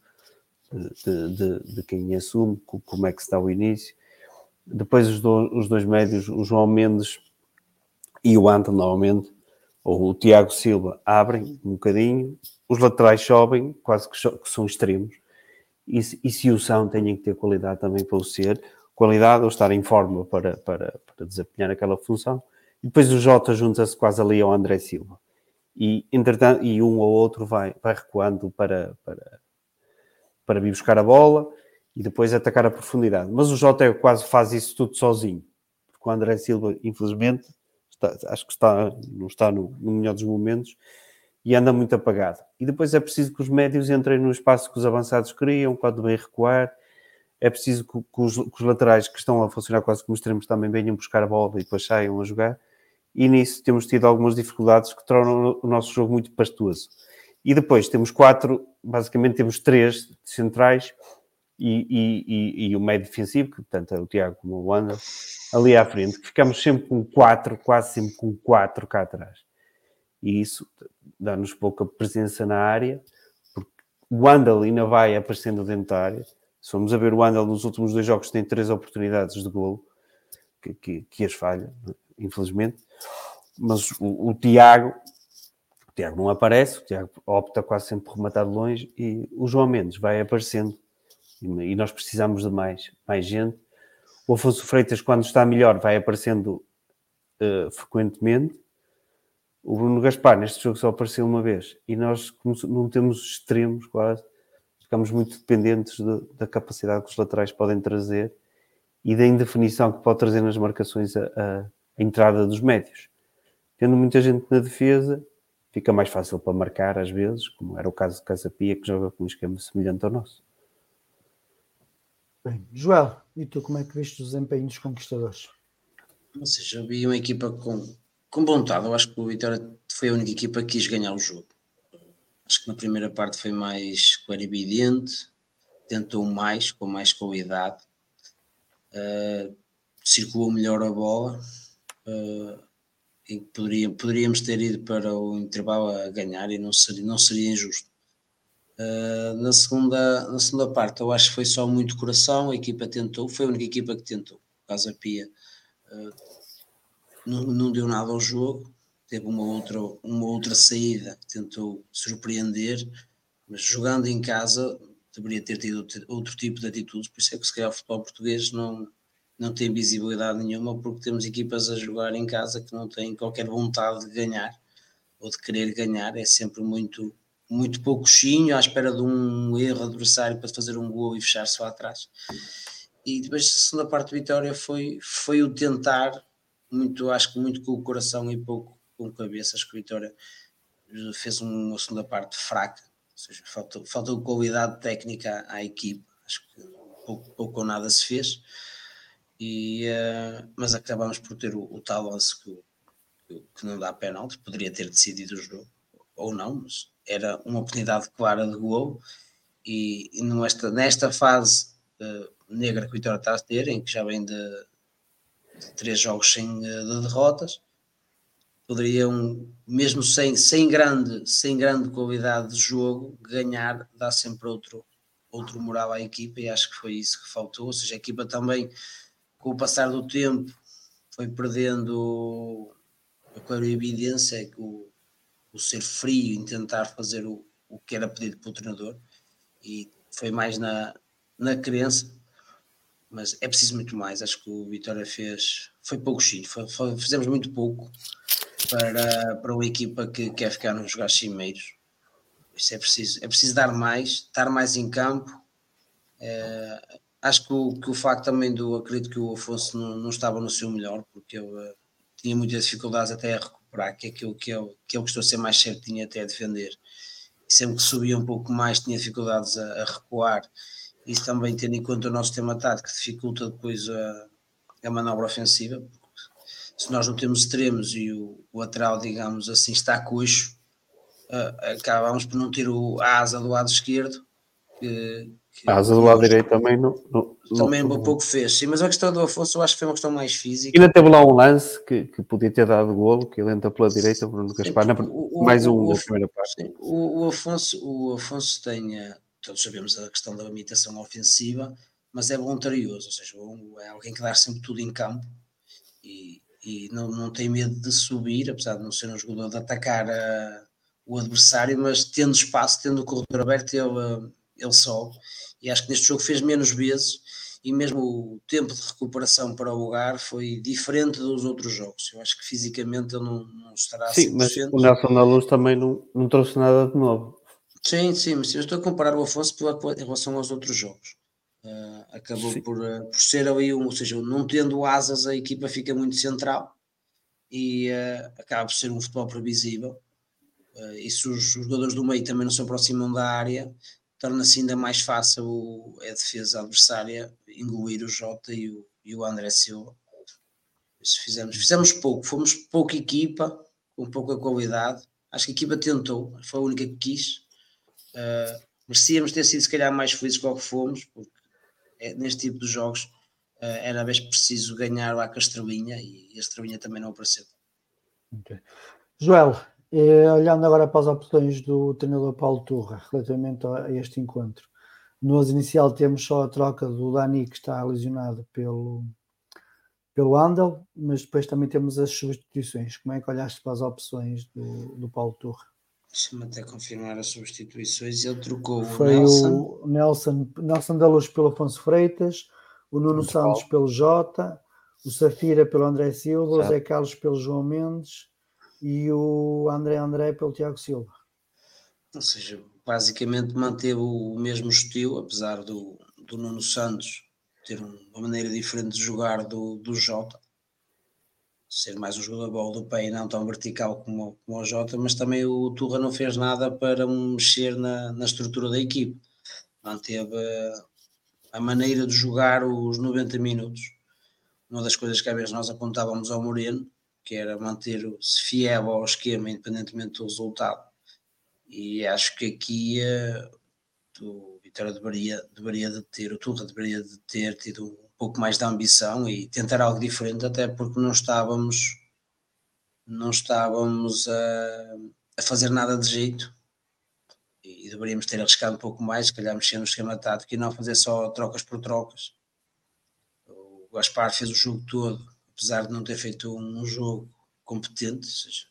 de quem assume, como é que está o início. Depois os dois médios, o João Mendes e o Wandel, novamente, ou o Tiago Silva, abrem um bocadinho, os laterais sobem, quase que são extremos, e se o são, têm que ter qualidade também para o ser, qualidade ou estar em forma para desempenhar aquela função. E depois o Jota junta-se quase ali ao André Silva. E, entretanto, um ou outro vai recuando para vir buscar a bola e depois atacar a profundidade. Mas o Jota quase faz isso tudo sozinho. Porque o André Silva, infelizmente, acho que não está no melhor dos momentos e anda muito apagado. E depois é preciso que os médios entrem no espaço que os avançados criam, quando vêm recuar. É preciso que os laterais que estão a funcionar quase como extremos também venham buscar a bola e depois saiam a jogar. E nisso temos tido algumas dificuldades que tornam o nosso jogo muito pastoso. E depois temos 4, basicamente temos 3 centrais e o meio defensivo, que tanto é o Tiago como o Wandel, ali à frente, que ficamos sempre com 4, quase sempre com 4 cá atrás. E isso dá-nos pouca presença na área, porque o Wandel ainda vai aparecendo dentro da área. Se formos a ver o Wandel nos últimos 2 jogos tem 3 oportunidades de golo, que as falha, infelizmente. Mas o Tiago não aparece, o Tiago opta quase sempre por rematar de longe e o João Mendes vai aparecendo e nós precisamos de mais gente. O Afonso Freitas, quando está melhor, vai aparecendo frequentemente. O Bruno Gaspar, neste jogo, só apareceu uma vez e nós, como não temos extremos quase, ficamos muito dependentes da capacidade que os laterais podem trazer e da indefinição que pode trazer nas marcações a entrada dos médios. Tendo muita gente na defesa, fica mais fácil para marcar às vezes, como era o caso de Casapia, que joga com um esquema semelhante ao nosso. Bem, Joel, e tu como é que viste o desempenho dos Conquistadores? Ou seja, eu vi uma equipa com vontade. Eu acho que o Vitória foi a única equipa que quis ganhar o jogo. Acho que na primeira parte foi mais clarividente, tentou mais, com mais qualidade, circulou melhor a bola e poderíamos ter ido para o intervalo a ganhar e não seria injusto. Na segunda parte eu acho que foi só muito coração, a equipa tentou, foi a única equipa que tentou. O Casa Pia não deu nada ao jogo, teve uma outra saída, tentou surpreender, mas jogando em casa deveria ter tido outro tipo de atitudes, por isso é que se calhar o futebol português não tem visibilidade nenhuma, porque temos equipas a jogar em casa que não têm qualquer vontade de ganhar ou de querer ganhar, é sempre muito pouquinho à espera de um erro adversário para fazer um gol e fechar-se lá atrás. E depois a segunda parte da Vitória foi o tentar, acho que muito com o coração e pouco com a cabeça. Acho que a Vitória fez uma segunda parte fraca, ou seja, faltou qualidade técnica à equipe, acho que pouco ou nada se fez, mas acabamos por ter o tal lance que não dá penalti, poderia ter decidido o jogo, ou não, mas era uma oportunidade clara de gol, e nesta fase negra que o Vitória está a ter, em que já vem de 3 jogos de derrotas, poderiam, mesmo sem grande qualidade de jogo, ganhar, dá sempre outro moral à equipa, e acho que foi isso que faltou. Ou seja, a equipa também, com o passar do tempo, foi perdendo a clarividência, que o ser frio em tentar fazer o que era pedido pelo treinador, e foi mais na crença, mas é preciso muito mais. Acho que o Vitória foi pouco chique, fizemos muito pouco para uma equipa que quer ficar nos lugares cimeiros. Isso é preciso dar mais, estar mais em campo. Acho que o facto também acredito que o Afonso não estava no seu melhor, porque ele tinha muitas dificuldades até a recuperar, que é aquilo que ele gostou de ser mais certinho até a defender. E sempre que subia um pouco mais tinha dificuldades a recuar. Isso também, tendo em conta o nosso sistema tático, dificulta depois a manobra ofensiva. Se nós não temos extremos e o lateral, digamos assim, está coxo, acabamos por não ter a asa do lado esquerdo, A asa do lado direito também também um pouco fez, sim, mas a questão do Afonso eu acho que foi uma questão mais física. Ainda teve lá um lance que podia ter dado golo, que ele entra pela direita, Bruno Gaspar, mais um da primeira parte. Sim, o Afonso tem, todos sabemos a questão da limitação ofensiva, mas é voluntarioso, ou seja, é alguém que dá sempre tudo em campo e não tem medo de subir, apesar de não ser um jogador de atacar o adversário, mas tendo espaço, tendo o corredor aberto, ele sobe. E acho que neste jogo fez menos vezes e mesmo o tempo de recuperação para o lugar foi diferente dos outros jogos. Eu acho que fisicamente ele não estará sim, 100%. Mas o Nelson da Luz também não trouxe nada de novo. Sim, mas eu estou a comparar o Afonso em relação aos outros jogos. Acabou por ser ali, ou seja, não tendo asas, a equipa fica muito central e acaba por ser um futebol previsível. E se os jogadores do meio também não se aproximam da área, torna-se ainda mais fácil a defesa adversária engolir o Jota e o André Silva. Isso fizemos pouco, fomos pouca equipa, com pouca qualidade. Acho que a equipa tentou, foi a única que quis. Merecíamos ter sido se calhar mais felizes com o que fomos, porque neste tipo de jogos era vez preciso ganhar lá com a estrelinha e a estrelinha também não apareceu. Okay. Joel, olhando agora para as opções do treinador Paulo Turra relativamente a este encontro, no 11 inicial temos só a troca do Dani, que está lesionado pelo Andel, mas depois também temos as substituições. Como é que olhaste para as opções do Paulo Turra? Deixa-me até confirmar as substituições. Ele trocou o Nelson da Luz pelo Afonso Freitas, o Nuno Santos pelo Jota, o Safira pelo André Silva, o Zé Carlos pelo João Mendes e o André pelo Tiago Silva. Ou seja, basicamente manteve o mesmo estilo, apesar do Nuno Santos ter uma maneira diferente de jogar do Jota, ser mais um jogador de bola do pé e não tão vertical como o Jota, mas também o Turra não fez nada para mexer na estrutura da equipe. Manteve a maneira de jogar os 90 minutos. Uma das coisas que às vezes nós apontávamos ao Moreno, que era manter-se fiel ao esquema independentemente do resultado. E acho que aqui o Vitória deveria de ter, o Turra deveria de ter tido um pouco mais de ambição e tentar algo diferente, até porque não estávamos a fazer nada de jeito e deveríamos ter arriscado um pouco mais, se calhar mexer no esquema tático e não fazer só trocas por trocas. O Gaspar fez o jogo todo, apesar de não ter feito um jogo competente, ou seja,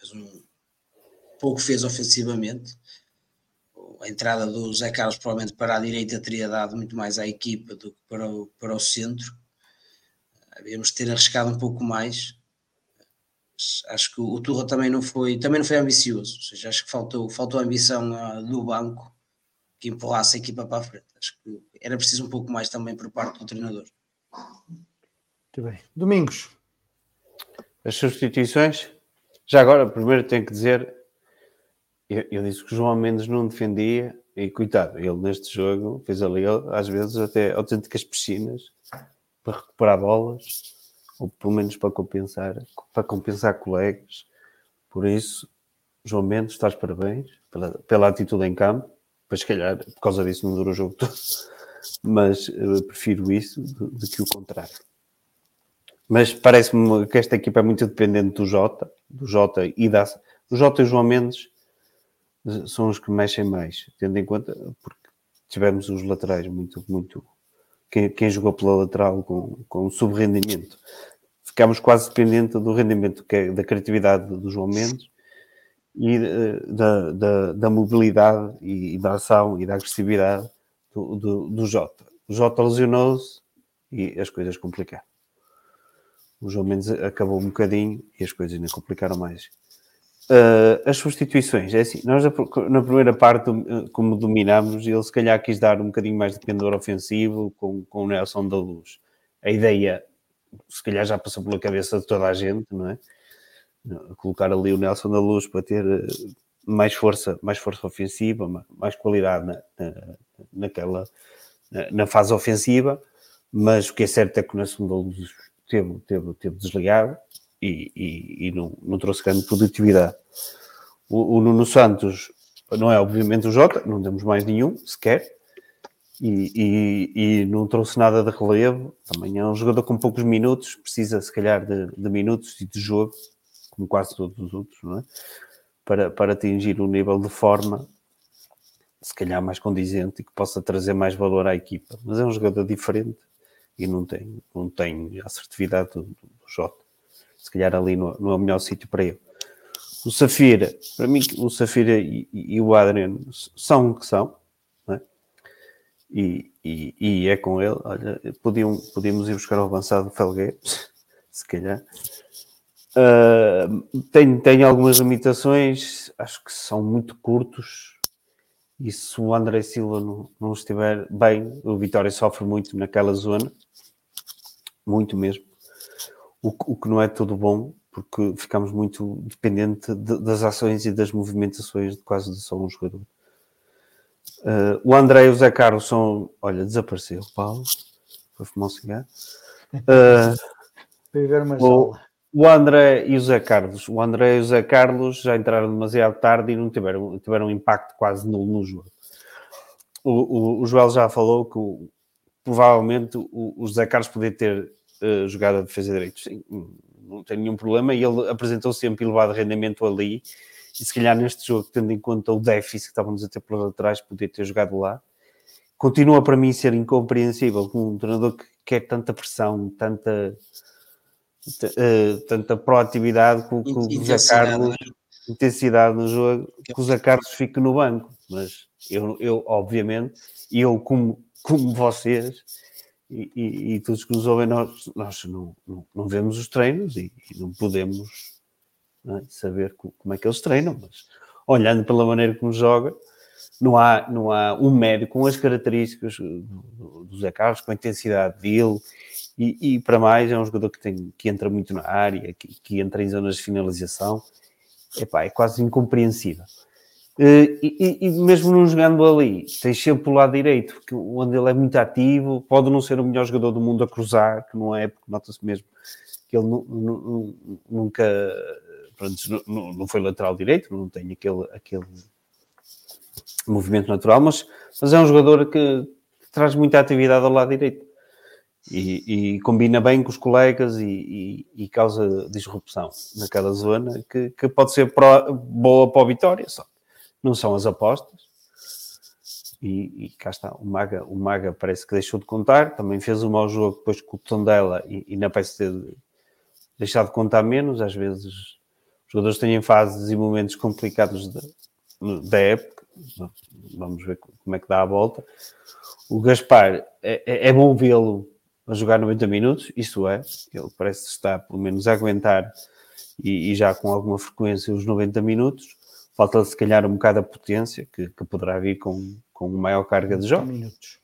pouco fez ofensivamente. A entrada do Zé Carlos provavelmente para a direita teria dado muito mais à equipa do que para o centro. Havíamos de ter arriscado um pouco mais. Acho que o Turra também não foi ambicioso, ou seja, acho que faltou ambição no banco que empurrasse a equipa para a frente. Acho que era preciso um pouco mais também por parte do treinador. Muito bem. Domingos. As substituições? Já agora, primeiro tenho que dizer, eu disse que o João Mendes não defendia e coitado, ele neste jogo fez ali às vezes até autênticas piscinas para recuperar bolas ou pelo menos para compensar colegas. Por isso, João Mendes, estás parabéns pela atitude em campo. Pois, se calhar, por causa disso não durou o jogo todo. Mas prefiro isso do que o contrário. Mas parece-me que esta equipa é muito dependente do Jota e o Jota e o João Mendes são os que mexem mais, tendo em conta, porque tivemos os laterais muito quem jogou pela lateral com subrendimento. Ficámos quase dependentes do rendimento da criatividade do João Mendes e da mobilidade e da ação e da agressividade do Jota. O Jota lesionou-se e as coisas complicaram. O João Mendes acabou um bocadinho e as coisas ainda complicaram mais. As substituições, é assim, nós na primeira parte, como dominámos, ele se calhar quis dar um bocadinho mais de pendor ofensivo com o Nelson da Luz. A ideia, se calhar já passou pela cabeça de toda a gente, não é? Colocar ali o Nelson da Luz para ter mais força ofensiva, mais qualidade na fase ofensiva, mas o que é certo é que o Nelson da Luz teve desligado e não trouxe grande produtividade. O Nuno Santos não é obviamente o Jota, não temos mais nenhum sequer, e não trouxe nada de relevo. Também é um jogador com poucos minutos, precisa se calhar de minutos e de jogo, como quase todos os outros, não é? Para atingir um nível de forma se calhar mais condizente e que possa trazer mais valor à equipa. Mas é um jogador diferente e não tem a assertividade do Jota. Se calhar ali não é o melhor sítio para ele. O Safira, para mim, o Safira e o Adrian são o que são, não é? E é com ele. Olha, podíamos ir buscar o avançado Felgueiras, se calhar. Tem algumas limitações, acho que são muito curtos. E se o André Silva não estiver bem, o Vitória sofre muito naquela zona, muito mesmo. O que não é tudo bom, porque ficamos muito dependentes das ações e das movimentações de quase só um jogador. O André e o Zé Carlos são... Olha, desapareceu o Paulo. Foi fumar um cigarro. Foi ver uma jaula. O André e o Zé Carlos já entraram demasiado tarde e não tiveram um impacto quase nulo no jogo. O Joel já falou que provavelmente o Zé Carlos poderia ter jogado a defesa direito. Sim, não tem nenhum problema, e ele apresentou sempre elevado rendimento ali, e se calhar neste jogo, tendo em conta o déficit que estávamos a ter por laterais, poderia ter jogado lá. Continua para mim a ser incompreensível com um treinador que quer tanta pressão, tanta proatividade com o Zé Carlos, intensidade no jogo, que o Zé Carlos fique no banco. Mas eu obviamente, eu como vocês e todos que nos ouvem, nós não vemos os treinos e não podemos, não é, saber como é que eles treinam, mas olhando pela maneira como joga, não há um médio com as características do Zé Carlos, com a intensidade dele, e para mais é um jogador que entra muito na área, que entra em zonas de finalização. É quase incompreensível. E mesmo não jogando ali, tem sempre o lado direito, onde ele é muito ativo, pode não ser o melhor jogador do mundo a cruzar, que não é, porque nota-se mesmo que ele nunca, pronto, não foi lateral direito, não tem aquele movimento natural, mas é um jogador que traz muita atividade ao lado direito e combina bem com os colegas e causa disrupção naquela zona que pode ser boa para a Vitória, só não são as apostas. E cá está, o Maga parece que deixou de contar, também fez um mau jogo depois com o Tondela e não parece ter deixado de contar menos. Às vezes os jogadores têm fases e momentos complicados da época. Vamos ver como é que dá a volta. O Gaspar, é bom vê-lo a jogar 90 minutos, isso é, ele parece estar pelo menos a aguentar e já com alguma frequência os 90 minutos. Falta se calhar um bocado a potência que poderá vir com maior carga de jogos. Minutos.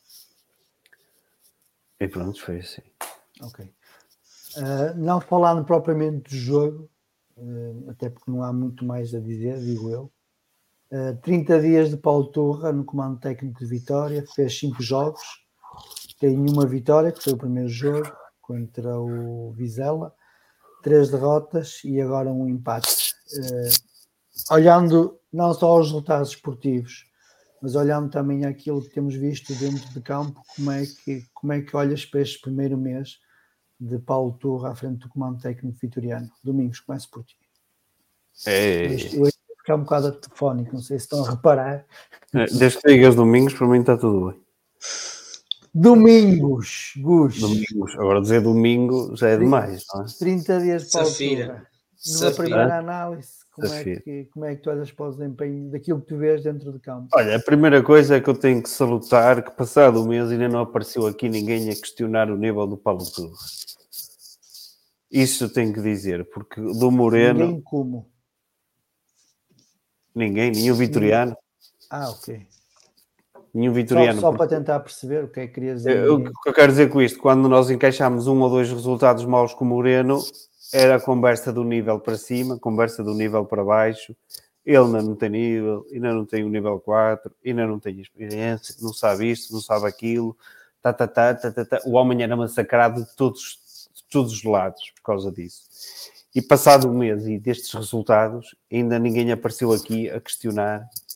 E pronto, foi assim. Ok. Não falando propriamente do jogo, até porque não há muito mais a dizer, digo eu. 30 dias de Paulo Turra no comando técnico de Vitória, fez 5 jogos, tem uma vitória, que foi o primeiro jogo, contra o Vizela, 3 derrotas e agora um empate. Olhando não só aos resultados esportivos, mas olhando também aquilo que temos visto dentro de campo, como é que olhas para este primeiro mês de Paulo Turra à frente do comando técnico vitoriano? Domingos, começo por ti. Eu vou ficar um bocado telefónico, não sei se estão a reparar. Desde que digas Domingos, para mim está tudo bem. Domingos, Gus. Domingos. Agora dizer domingo já é demais, não é? 30 dias de Paulo Turra. Numa primeira análise, como é que tu olhas para o desempenho daquilo que tu vês dentro de campo? Olha, a primeira coisa é que eu tenho que salutar que passado o mês ainda não apareceu aqui ninguém a questionar o nível do Paulo Turra. Isso eu tenho que dizer, porque do Moreno... Ninguém como? Ninguém, nenhum vitoriano. Ok. Nenhum vitoriano. Só para tentar perceber o que é que querias dizer. O que eu quero dizer com isto, quando nós encaixamos 1 ou 2 resultados maus com o Moreno, era a conversa do nível para cima, conversa do nível para baixo. Ele ainda não tem nível, ainda não tem o nível 4, ainda não tem experiência, não sabe isto, não sabe aquilo. O homem era massacrado de todos os lados por causa disso. E passado um mês e destes resultados, ainda ninguém apareceu aqui a questionar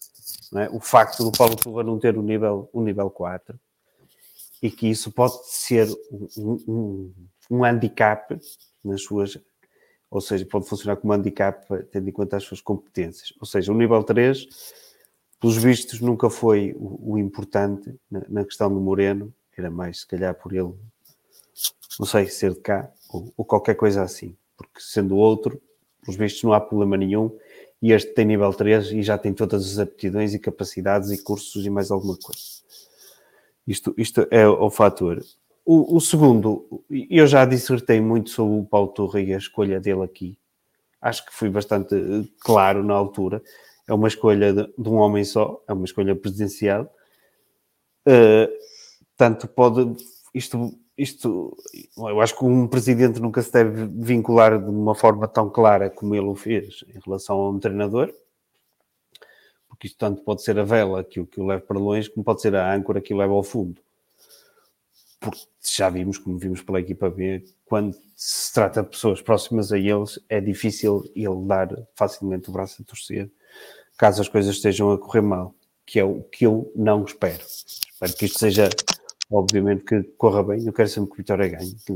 não é? O facto do Paulo Turra não ter o nível 4 e que isso pode ser um handicap nas suas... Ou seja, pode funcionar como handicap tendo em conta as suas competências. Ou seja, o nível 3, pelos vistos, nunca foi o importante na questão do Moreno. Era mais, se calhar, por ele, não sei, ser de cá ou qualquer coisa assim. Porque sendo outro, pelos vistos, não há problema nenhum. E este tem nível 3 e já tem todas as aptidões e capacidades e cursos e mais alguma coisa. Isto é o fator. O segundo, eu já dissertei muito sobre o Paulo Turra e a escolha dele aqui. Acho que fui bastante claro na altura. É uma escolha de um homem só, é uma escolha presidencial. Tanto pode... Isto, eu acho que um presidente nunca se deve vincular de uma forma tão clara como ele o fez em relação a um treinador. Porque isto tanto pode ser a vela que o leva para longe, como pode ser a âncora que o leva ao fundo. Porque já vimos, como vimos pela equipa B, quando se trata de pessoas próximas a eles, é difícil ele dar facilmente o braço a torcer, caso as coisas estejam a correr mal, que é o que eu não espero. Espero que isto seja, obviamente, que corra bem. Eu quero sempre que o Vitória ganhe, que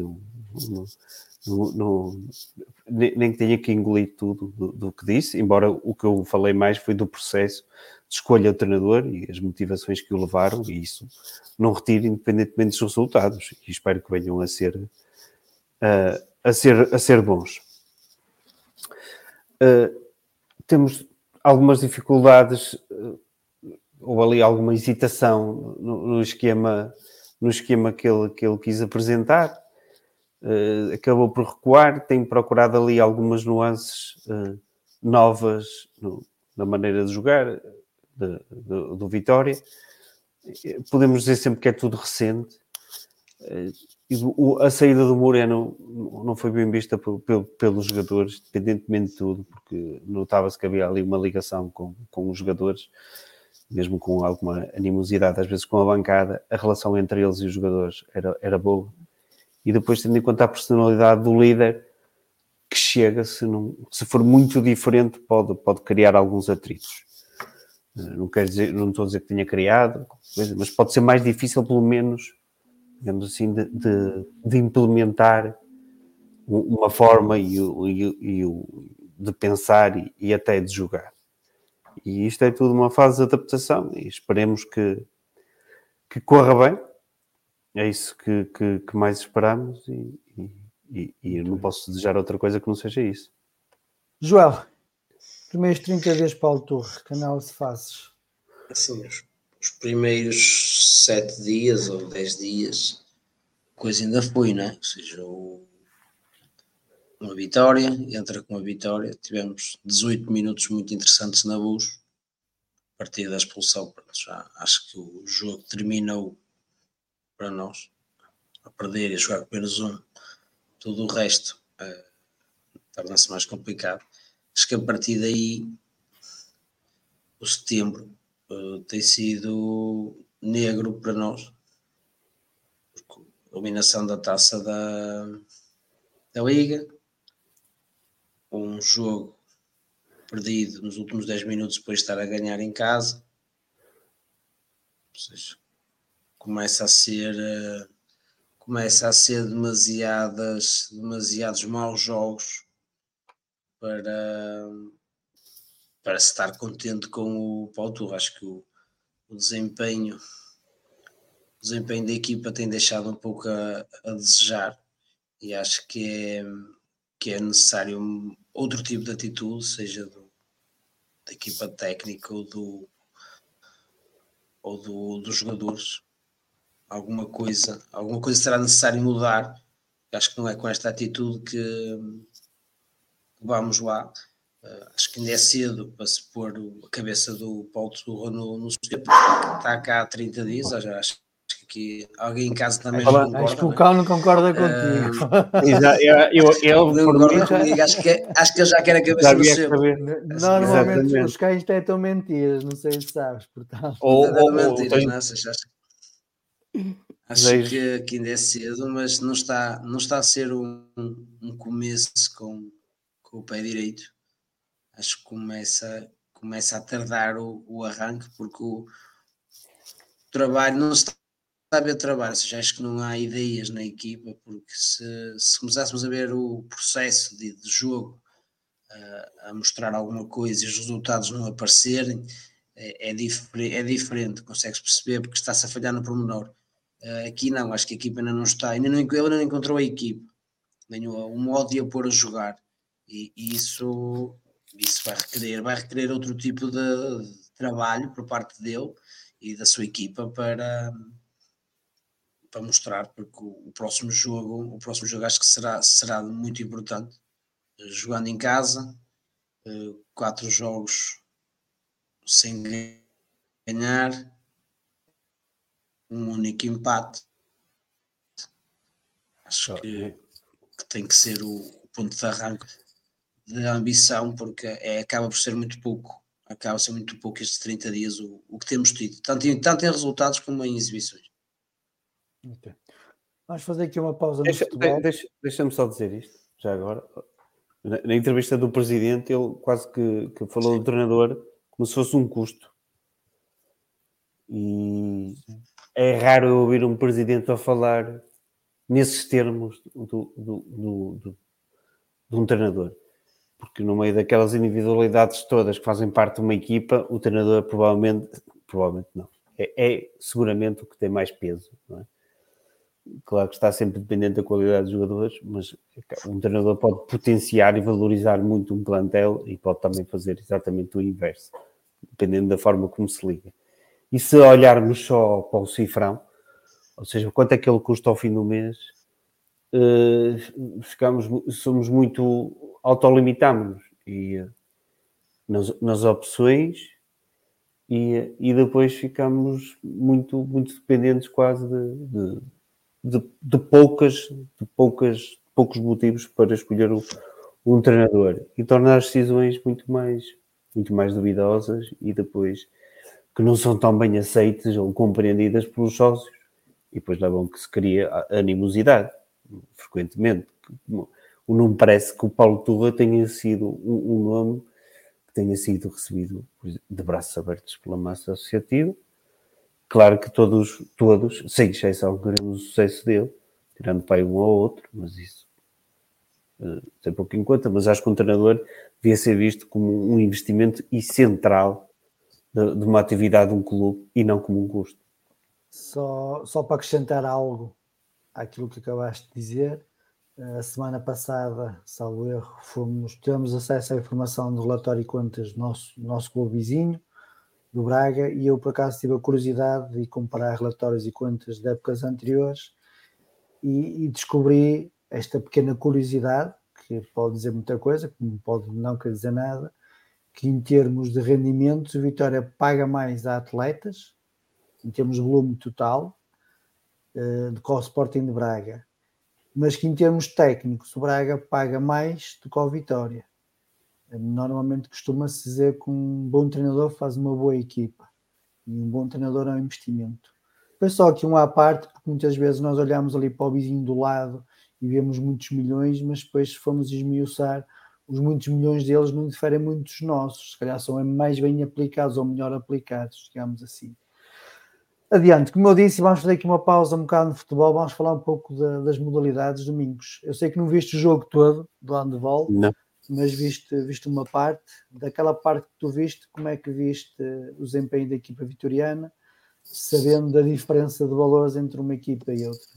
nem que tenha que engolir tudo do que disse, embora o que eu falei mais foi do processo de escolha do treinador e as motivações que o levaram, e isso não retiro independentemente dos resultados, e espero que venham a ser bons. Temos algumas dificuldades, ou ali alguma hesitação no esquema que ele quis apresentar. Acabou por recuar, tem procurado ali algumas nuances novas na maneira de jogar do Vitória. Podemos dizer sempre que é tudo recente. A saída do Moreno não foi bem vista pelos jogadores, independentemente de tudo, porque notava-se que havia ali uma ligação com os jogadores, mesmo com alguma animosidade, às vezes com a bancada. A relação entre eles e os jogadores era boa. E depois, tendo em conta a personalidade do líder, que chega, se for muito diferente, pode criar alguns atritos. Não estou a dizer que tenha criado, mas pode ser mais difícil, pelo menos, digamos assim, de implementar uma forma de pensar e até de jogar. E isto é tudo uma fase de adaptação e esperemos que corra bem. É isso que mais esperamos e não posso desejar outra coisa que não seja isso. Joel, primeiros 30 dias Paulo Turra, que análise fazes? Assim, os primeiros 7 dias ou 10 dias, coisa ainda foi, não é? Ou seja, uma vitória, entra com uma vitória, tivemos 18 minutos muito interessantes na Luz, a partir da expulsão, já acho que o jogo terminou para nós, a perder e a jogar com menos um, tudo o resto torna-se mais complicado. Acho que a partir daí o setembro tem sido negro para nós, porque a eliminação da taça da Liga, um jogo perdido nos últimos 10 minutos depois de estar a ganhar em casa, ou seja, começa a ser demasiados maus jogos para se estar contente com o Paulo Turra. Acho que o desempenho da equipa tem deixado um pouco a desejar e acho que é necessário outro tipo de atitude, seja da equipa técnica ou dos jogadores. Alguma coisa será necessário mudar. Acho que não é com esta atitude que vamos lá. Acho que ainda é cedo para se pôr a cabeça do Paulo Turra no sistema. Está cá há 30 dias, já acho que aqui alguém em casa também não concorda. Acho que o Cão não concorda contigo. Não concorda comigo, acho que ele já quer a cabeça no sistema. Normalmente os cães tentam mentiras, não sei se sabes, portanto. Ou mentiras, não é? Acho que ainda é cedo, mas não está a ser um começo com o pé direito. Acho que começa a tardar o arranque, porque o trabalho não se está a ver trabalho, ou seja, acho que não há ideias na equipa, porque se começássemos a ver o processo de jogo a mostrar alguma coisa e os resultados não aparecerem, é diferente, consegue-se perceber, porque está-se a falhar no pormenor. Aqui não, acho que a equipa ainda não está, ele ainda não encontrou a equipa, nem o modo de a pôr a jogar, e isso vai requerer outro tipo de trabalho por parte dele e da sua equipa para mostrar, porque o próximo jogo acho que será muito importante, jogando em casa, 4 jogos sem ganhar, um único empate. Acho que tem que ser o ponto de arranque da ambição, porque acaba por ser muito pouco. Acaba a ser muito pouco estes 30 dias o que temos tido, tanto em resultados como em exibições. Okay. Vamos fazer aqui uma pausa no futebol. Deixa-me só dizer isto, já agora. Na entrevista do presidente, ele quase que falou do treinador como se fosse um custo. E é raro ouvir um presidente a falar nesses termos de um treinador. Porque no meio daquelas individualidades todas que fazem parte de uma equipa, o treinador provavelmente não. É seguramente o que tem mais peso, não é? Claro que está sempre dependente da qualidade dos jogadores, mas um treinador pode potenciar e valorizar muito um plantel e pode também fazer exatamente o inverso, dependendo da forma como se liga. E se olharmos só para o cifrão, ou seja, quanto é que ele custa ao fim do mês, somos muito, autolimitamos-nos e nas opções e depois ficamos muito, muito dependentes quase de poucos motivos para escolher um treinador e torna as decisões muito mais duvidosas e depois que não são tão bem aceitas ou compreendidas pelos sócios e depois levam que se cria animosidade frequentemente. Não me parece que o Paulo Turra tenha sido um nome que tenha sido recebido de braços abertos pela massa associativa. Claro que todos, sem exceção, queremos o sucesso dele, tirando para um ou outro, mas isso tem pouco em conta. Mas acho que um treinador devia ser visto como um investimento e central de uma atividade de um clube e não como um custo. Só para acrescentar algo àquilo que acabaste de dizer, a semana passada, salvo erro, tivemos acesso à informação do relatório de contas do nosso clube vizinho, do Braga, e eu por acaso tive a curiosidade de comparar relatórios e contas de épocas anteriores e descobri esta pequena curiosidade, que pode dizer muita coisa, como pode não querer dizer nada, que em termos de rendimentos o Vitória paga mais a atletas, em termos de volume total, do que o Sporting de Braga, mas que em termos técnicos o Braga paga mais do que o Vitória. Normalmente costuma-se dizer que um bom treinador faz uma boa equipa e um bom treinador é um investimento. Depois só aqui à parte, porque muitas vezes nós olhamos ali para o vizinho do lado e vemos muitos milhões, mas depois se formos esmiuçar, os muitos milhões deles não diferem muito dos nossos, se calhar são mais bem aplicados ou melhor aplicados, digamos assim. Adiante, como eu disse, vamos fazer aqui uma pausa um bocado no futebol, vamos falar um pouco das modalidades domingos. Eu sei que não viste o jogo todo do handball, não, mas viste uma parte. Daquela parte que tu viste, como é que viste o desempenho da equipa vitoriana, sabendo da diferença de valores entre uma equipa e outra?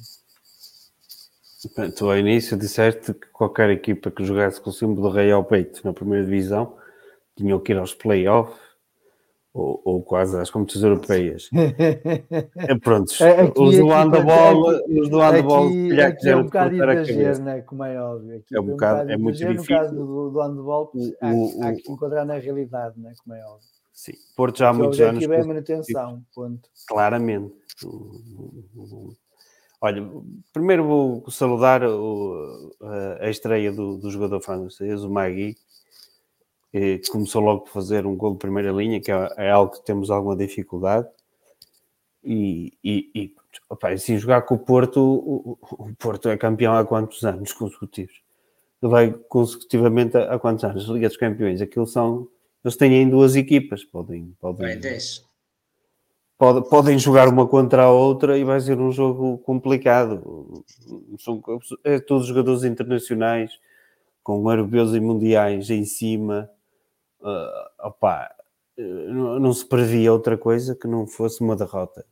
Tu ao início disseste que qualquer equipa que jogasse com o símbolo do rei ao peito na primeira divisão tinha que ir aos play-offs ou quase às competições europeias. Prontos, os do handball aqui é um bocado exagero, né? Como é óbvio. Aqui é muito difícil. No caso do handball, há que encontrar na realidade, né? Como é óbvio. Sim, Porto já há muitos anos. O objetivo é a manutenção, ponto. Claramente. Olha, primeiro vou saudar a estreia do jogador francês, o Magui, que começou logo por fazer um gol de primeira linha, que é algo que temos alguma dificuldade. Opa, assim, jogar com o Porto, o Porto é campeão há quantos anos consecutivos? Ele vai consecutivamente há quantos anos? Liga dos Campeões, aquilo são eles têm em 2 equipas, Vai 10. podem jogar uma contra a outra e vai ser um jogo complicado. São todos jogadores internacionais com europeus e mundiais em cima. Não se previa outra coisa que não fosse uma derrota.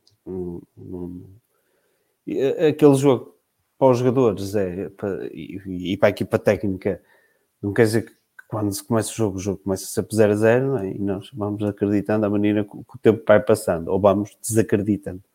Aquele jogo para os jogadores e para a equipa técnica não quer dizer que quando se começa o jogo começa sempre 0-0, não é? E nós vamos acreditando à maneira que o tempo vai passando, ou vamos desacreditando.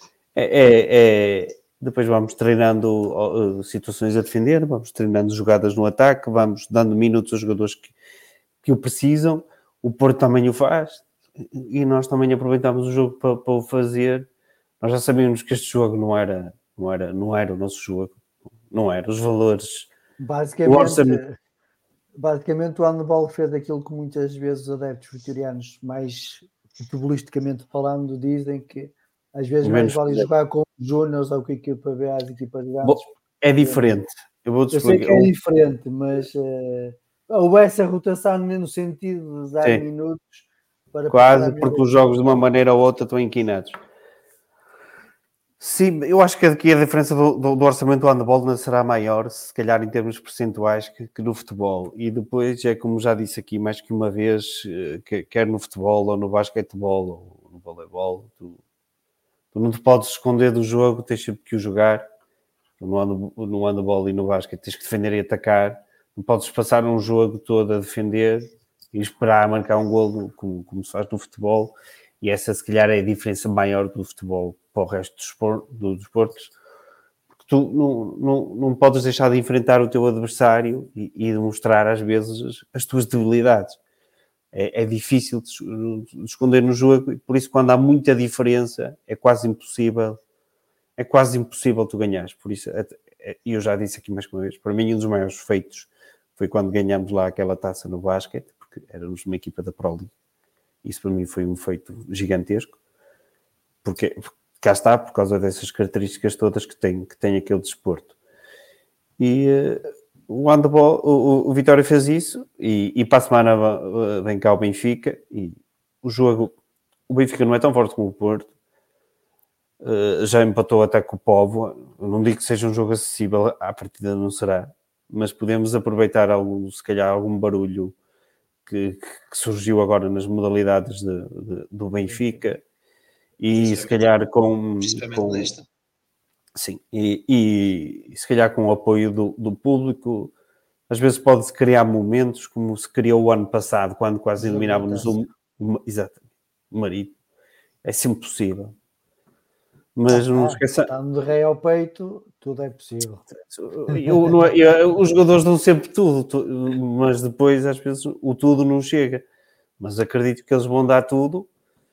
Depois vamos treinando situações a defender, vamos treinando jogadas no ataque, vamos dando minutos aos jogadores que o precisam. O Porto também o faz e nós também aproveitamos o jogo para o fazer. Nós já sabíamos que este jogo não era o nosso jogo, não era. Os valores... Basicamente o handball fez aquilo que muitas vezes os adeptos vitorianos, mais futebolisticamente falando, dizem que às vezes mais vale jogar com os júniors ou com a equipa B às equipas grandes. É diferente. Eu sei que é diferente, mas houve essa rotação no sentido de dar minutos para... Quase, porque os jogos de uma maneira ou outra estão inquinados. Sim, eu acho que aqui a diferença do orçamento do handball não será maior, se calhar em termos percentuais, que no futebol. E depois, é como já disse aqui mais que uma vez, quer no futebol, ou no basquetebol, ou no voleibol, tu não te podes esconder do jogo, tens sempre que o jogar. No handball e no basquete tens que defender e atacar. Não podes passar um jogo todo a defender e esperar marcar um golo como se faz no futebol. E essa, se calhar, é a diferença maior do futebol para o resto dos desportos. Porque tu não podes deixar de enfrentar o teu adversário e de mostrar, às vezes, as tuas debilidades. É difícil de esconder no jogo e, por isso, quando há muita diferença, é quase impossível tu ganhares. Por isso, e eu já disse aqui mais uma vez, para mim, um dos maiores feitos foi quando ganhámos lá aquela taça no basquete, porque éramos uma equipa da Pro League. Isso para mim foi um feito gigantesco, porque cá está, por causa dessas características todas que tem aquele desporto. E o handball, o Vitória fez isso, e para a semana vem cá o Benfica, e o Benfica não é tão forte como o Porto, já empatou até com o Póvoa. Eu não digo que seja um jogo acessível, à partida não será, mas podemos aproveitar se calhar algum barulho que surgiu agora nas modalidades do Benfica e se calhar sim, e se calhar com o apoio do público, às vezes pode-se criar momentos como se criou o ano passado, quando quase eliminávamos o Marítimo. É sempre possível. Mas não esqueça... Estando de rei ao peito, tudo é possível. Os jogadores dão sempre tudo, mas depois, às vezes, o tudo não chega. Mas acredito que eles vão dar tudo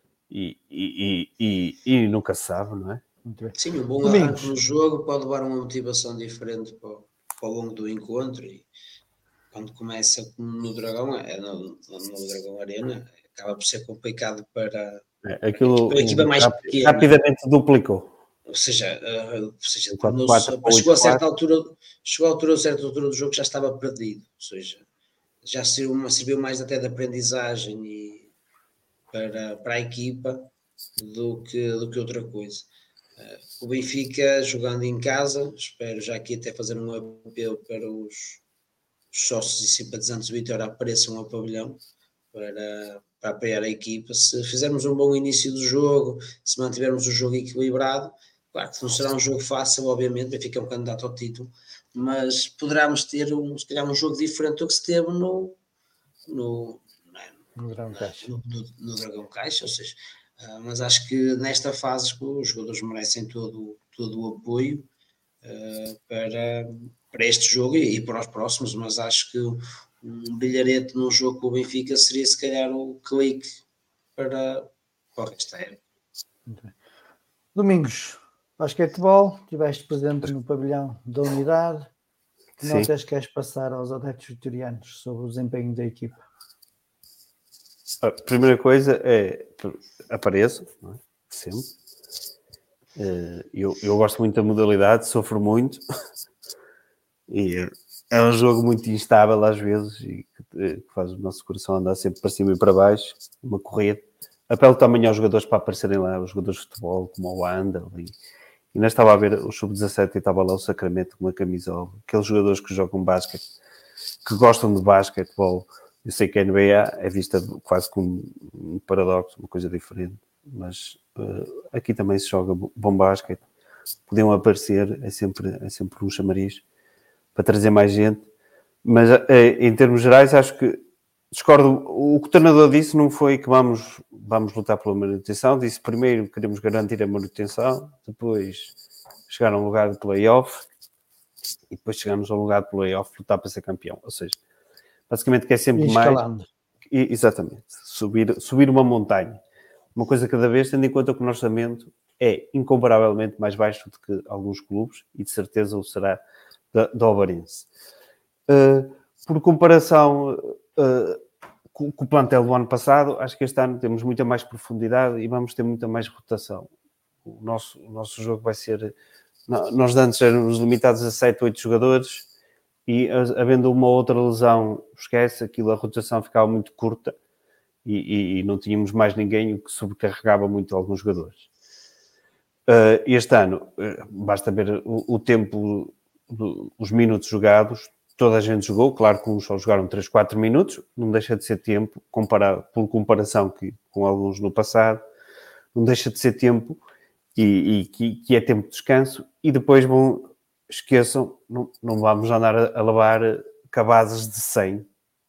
e nunca se sabe, não é? Sim, um bom arranque no jogo pode levar uma motivação diferente para o longo do encontro. E quando começa no Dragão, no Dragão Arena, acaba por ser complicado para a equipa mais pequena. Rapidamente duplicou. Ou seja, chegou a certa altura do jogo que já estava perdido. Ou seja, já serviu mais até de aprendizagem e para a equipa do que outra coisa. O Benfica jogando em casa, espero já aqui até fazer um apelo para os sócios e simpatizantes do Vitória apareçam ao pavilhão para apoiar a equipa. Se fizermos um bom início do jogo, se mantivermos o jogo equilibrado, claro que não será um jogo fácil, obviamente, o Benfica é um candidato ao título, mas poderemos ter se calhar um jogo diferente do que se teve no Dragão Caixa, ou seja, mas acho que nesta fase os jogadores merecem todo o apoio para este jogo e para os próximos, mas acho que um brilharete num jogo com o Benfica seria se calhar o clique para o resto da época. Domingos, basquetebol, estiveste presente no pavilhão da Unidade. Que notas queres passar aos adeptos vitorianos sobre o desempenho da equipa? A primeira coisa é apareço, não é? Sempre. Eu gosto muito da modalidade, sofro muito e é um jogo muito instável às vezes e que faz o nosso coração andar sempre para cima e para baixo, uma corrida. Apelo também aos jogadores para aparecerem lá, os jogadores de futebol, como o Andal. E ainda estava a ver o Sub-17 e estava lá o Sacramento com uma camisola. Aqueles jogadores que jogam basquete, que gostam de basquetebol. Eu sei que a NBA é vista quase como um paradoxo, uma coisa diferente, mas aqui também se joga bom basquete. Podiam aparecer, é sempre um chamariz para trazer mais gente. Mas em termos gerais, acho que discordo. O que o treinador disse não foi que vamos lutar pela manutenção. Disse primeiro queremos garantir a manutenção, depois chegar a um lugar de play-off e depois chegamos a um lugar de play-off lutar para ser campeão. Ou seja, basicamente quer sempre mais. Exatamente. Subir uma montanha. Uma coisa cada vez, tendo em conta que o nosso orçamento é incomparavelmente mais baixo do que alguns clubes e de certeza o será da Ovarense. Por comparação com o plantel do ano passado, acho que este ano temos muita mais profundidade e vamos ter muita mais rotação. O nosso jogo vai ser... Nós antes éramos limitados a 7, 8 jogadores e havendo uma outra lesão, esquece, aquilo, a rotação ficava muito curta e não tínhamos mais ninguém, o que sobrecarregava muito alguns jogadores. Este ano, basta ver o tempo, os minutos jogados, toda a gente jogou, claro que uns só jogaram 3, 4 minutos, não deixa de ser tempo, por comparação com alguns no passado, não deixa de ser tempo e que é tempo de descanso, e depois esqueçam, não vamos andar a levar cabazes de 100,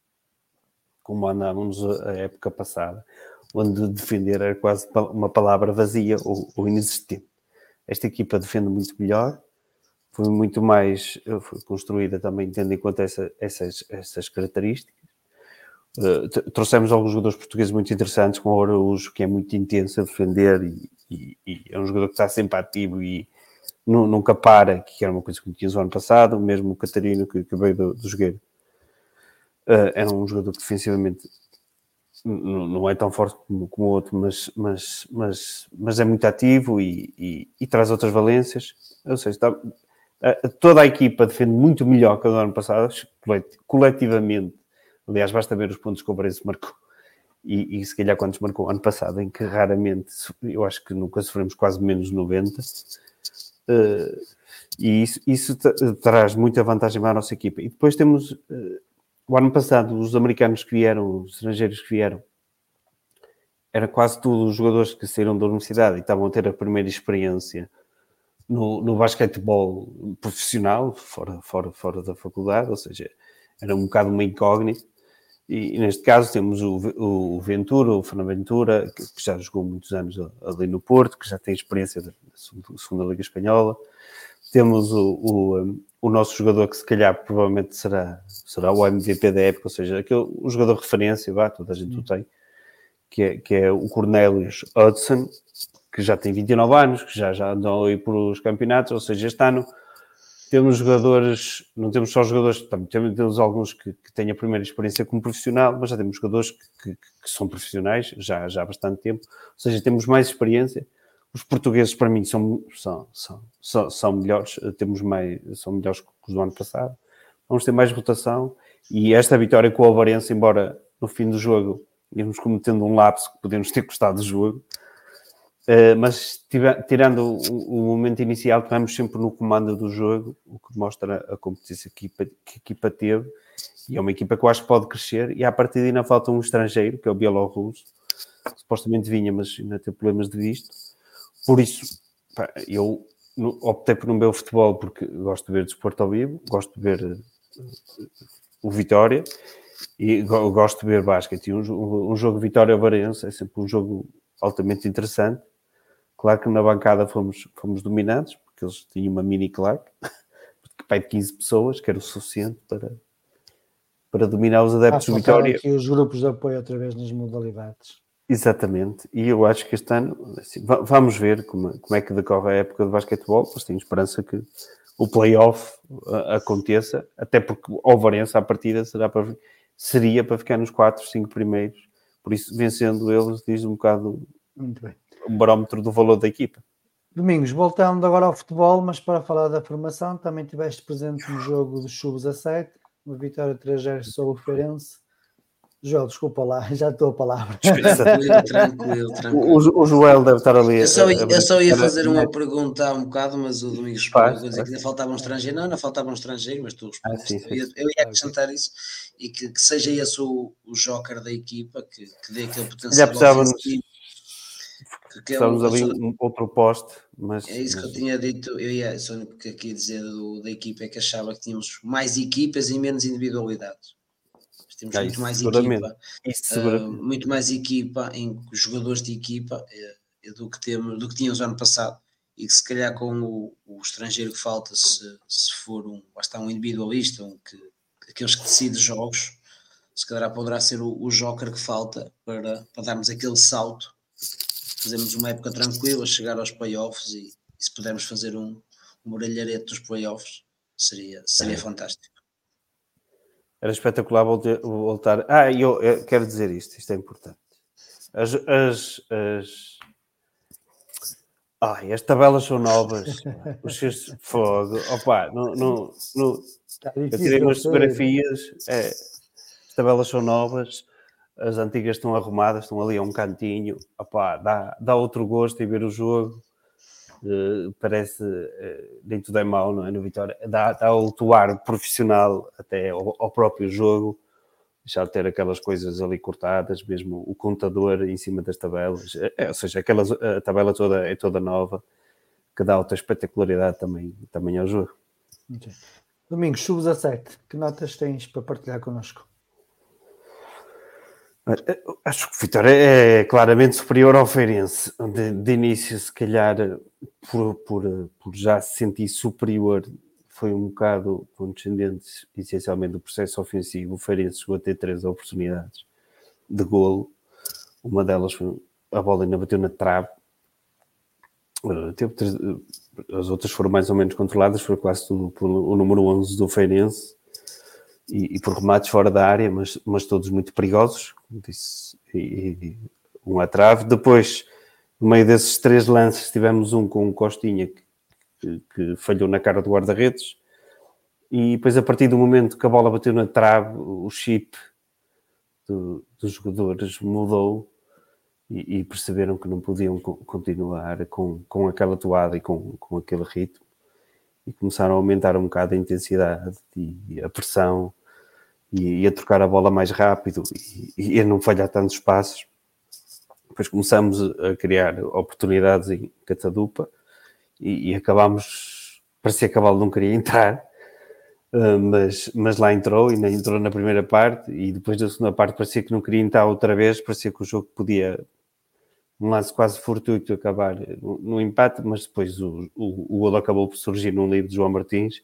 como andávamos a época passada, onde defender era quase uma palavra vazia ou inexistente. Esta equipa defende muito melhor, foi muito mais foi construída também tendo em conta essas características. Trouxemos alguns jogadores portugueses muito interessantes, com o Araújo, que é muito intenso a defender e é um jogador que está sempre ativo e nunca para, que era uma coisa que tínhamos no ano passado. Mesmo o Catarino, que veio do Jogueiro, era um jogador que defensivamente não é tão forte como o outro, mas é muito ativo e traz outras valências. Ou seja, toda a equipa defende muito melhor que o do ano passado, coletivamente. Aliás, basta ver os pontos que o Ovarense marcou e se calhar quantos marcou o ano passado, em que raramente, eu acho que nunca sofremos quase menos 90. E isso traz muita vantagem para a nossa equipa. E depois temos... o ano passado, os americanos que vieram, os estrangeiros que vieram, eram quase todos os jogadores que saíram da universidade e estavam a ter a primeira experiência no basquetebol profissional, fora da faculdade, ou seja, era um bocado uma incógnita. E neste caso temos o Ventura, o Fernando Ventura, que já jogou muitos anos ali no Porto, que já tem experiência da segunda Liga Espanhola. Temos o nosso jogador que se calhar provavelmente será o MVP da época, ou seja, o jogador de referência, toda a gente o tem, que é o Cornelius Hudson, que já tem 29 anos, que já andou aí por os campeonatos. Ou seja, este ano temos jogadores, não temos só jogadores, temos alguns que têm a primeira experiência como profissional, mas já temos jogadores que são profissionais já há bastante tempo, ou seja, temos mais experiência. Os portugueses, para mim, são melhores, são melhores que os do ano passado. Vamos ter mais rotação e esta vitória com o Ovarense, embora no fim do jogo íamos cometendo um lapso que podemos ter custado o jogo, mas tirando o momento inicial, estivemos sempre no comando do jogo, o que mostra a competência que a equipa teve, e é uma equipa que eu acho que pode crescer, e à partida ainda falta um estrangeiro, que é o bielorrusso, supostamente vinha, mas ainda tem problemas de visto. Por isso, eu optei por não ver o futebol, porque gosto de ver desporto ao vivo, gosto de ver o Vitória, e gosto de ver basquete. E um jogo Vitória-Ovarense é sempre um jogo altamente interessante. Claro que na bancada fomos dominantes, porque eles tinham uma mini claque, de 15 pessoas, que era o suficiente para dominar os adeptos do Vitória. Aqui os grupos de apoio outra vez nas modalidades. Exatamente, e eu acho que este ano, assim, vamos ver como é que decorre a época de basquetebol, mas tenho esperança que o play-off aconteça, até porque o Ovarense à partida seria para ficar nos 4, 5 primeiros, por isso vencendo eles diz um bocado muito bem. o barómetro do valor da equipa. Domingos, voltando agora ao futebol, mas para falar da formação, também estiveste presente no jogo do Sub-17, uma vitória 3-0 sobre o Feirense. João, desculpa lá, já estou a palavra. Tranquilo. O Joel deve estar ali. Eu só ia fazer uma pergunta há um bocado, mas o Domingos respondeu. Vou dizer que ainda faltava um estrangeiro. Não faltava um estrangeiro, mas tu respondeste. Sim. Eu ia acrescentar isso e que seja esse o joker da equipa, que dê aquele potencial ofensivo. Estamos ali outro poste, mas... É isso que eu tinha dito. Eu ia só aqui dizer da equipa, é que achava que tínhamos mais equipas e menos individualidades. Temos muito mais equipa em jogadores de equipa do que tínhamos ano passado, e que se calhar com o estrangeiro que falta, se for um individualista, aqueles que decidem jogos, se calhar poderá ser o joker que falta para darmos aquele salto, fazermos uma época tranquila, chegar aos playoffs e se pudermos fazer um brilharete dos playoffs, seria fantástico. Era espetacular voltar. Eu quero dizer isto é importante. As tabelas são novas. Os seus fogo. Opa, eu tirei umas fotografias. As tabelas são novas. As antigas estão arrumadas, estão ali a um cantinho. Opa, dá outro gosto em ver o jogo. Parece nem tudo é mau, não é? No Vitória dá outro ar profissional até ao próprio jogo, deixar de ter aquelas coisas ali cortadas, mesmo o contador em cima das tabelas, ou seja, a tabela toda é toda nova, que dá outra espetacularidade também ao jogo. Okay. Domingos, Sub-17, que notas tens para partilhar connosco? Acho que o Vitória é claramente superior ao Feirense. De início, se calhar, por já se sentir superior, foi um bocado condescendente, essencialmente, do processo ofensivo. O Feirense chegou a ter 3 oportunidades de golo. Uma delas foi a bola ainda bateu na trave. As outras foram mais ou menos controladas, foi quase tudo o número 11 do Feirense. E por remates fora da área, mas todos muito perigosos, e um à trave. Depois, no meio desses 3 lances, tivemos um com o Costinha que falhou na cara do guarda-redes, e depois, a partir do momento que a bola bateu na trave, o chip dos jogadores mudou e perceberam que não podiam continuar com aquela toada e com aquele ritmo, e começaram a aumentar um bocado a intensidade e a pressão, e a trocar a bola mais rápido e a não falhar tantos passos. Depois começamos a criar oportunidades em catadupa e acabámos, parecia que a bola não queria entrar, mas lá entrou, e ainda entrou na primeira parte, e depois da segunda parte parecia que não queria entrar outra vez, parecia que o jogo podia, um lance quase fortuito, acabar no empate, mas depois o golo acabou por surgir num livro de João Martins,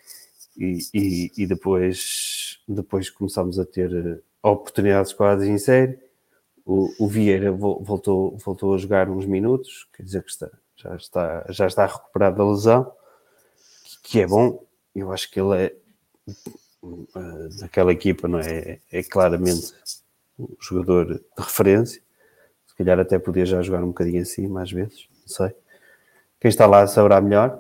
e depois começámos a ter oportunidades quase em série. O Vieira voltou a jogar uns minutos, quer dizer que já está recuperado da lesão, que é bom. Eu acho que ele é daquela equipa, não é? É claramente um jogador de referência. Se calhar até podia já jogar um bocadinho acima às vezes, não sei. Quem está lá saberá melhor.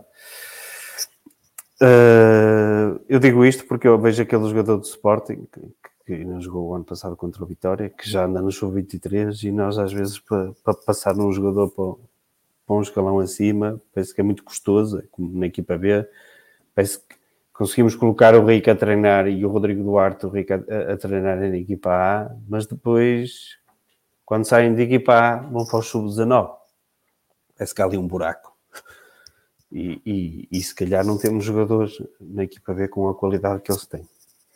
Eu digo isto porque eu vejo aquele jogador do Sporting que não jogou o ano passado contra o Vitória, que já anda no Sub-23, e nós às vezes para passar num jogador para um escalão acima, parece que é muito custoso, como na equipa B. Parece que conseguimos colocar o Rico a treinar e o Rodrigo Duarte a treinar na equipa A, mas depois, quando saem da equipa A, vão para o Sub-19. Parece que há ali um buraco. E se calhar não temos jogadores na equipa B com a qualidade que eles têm.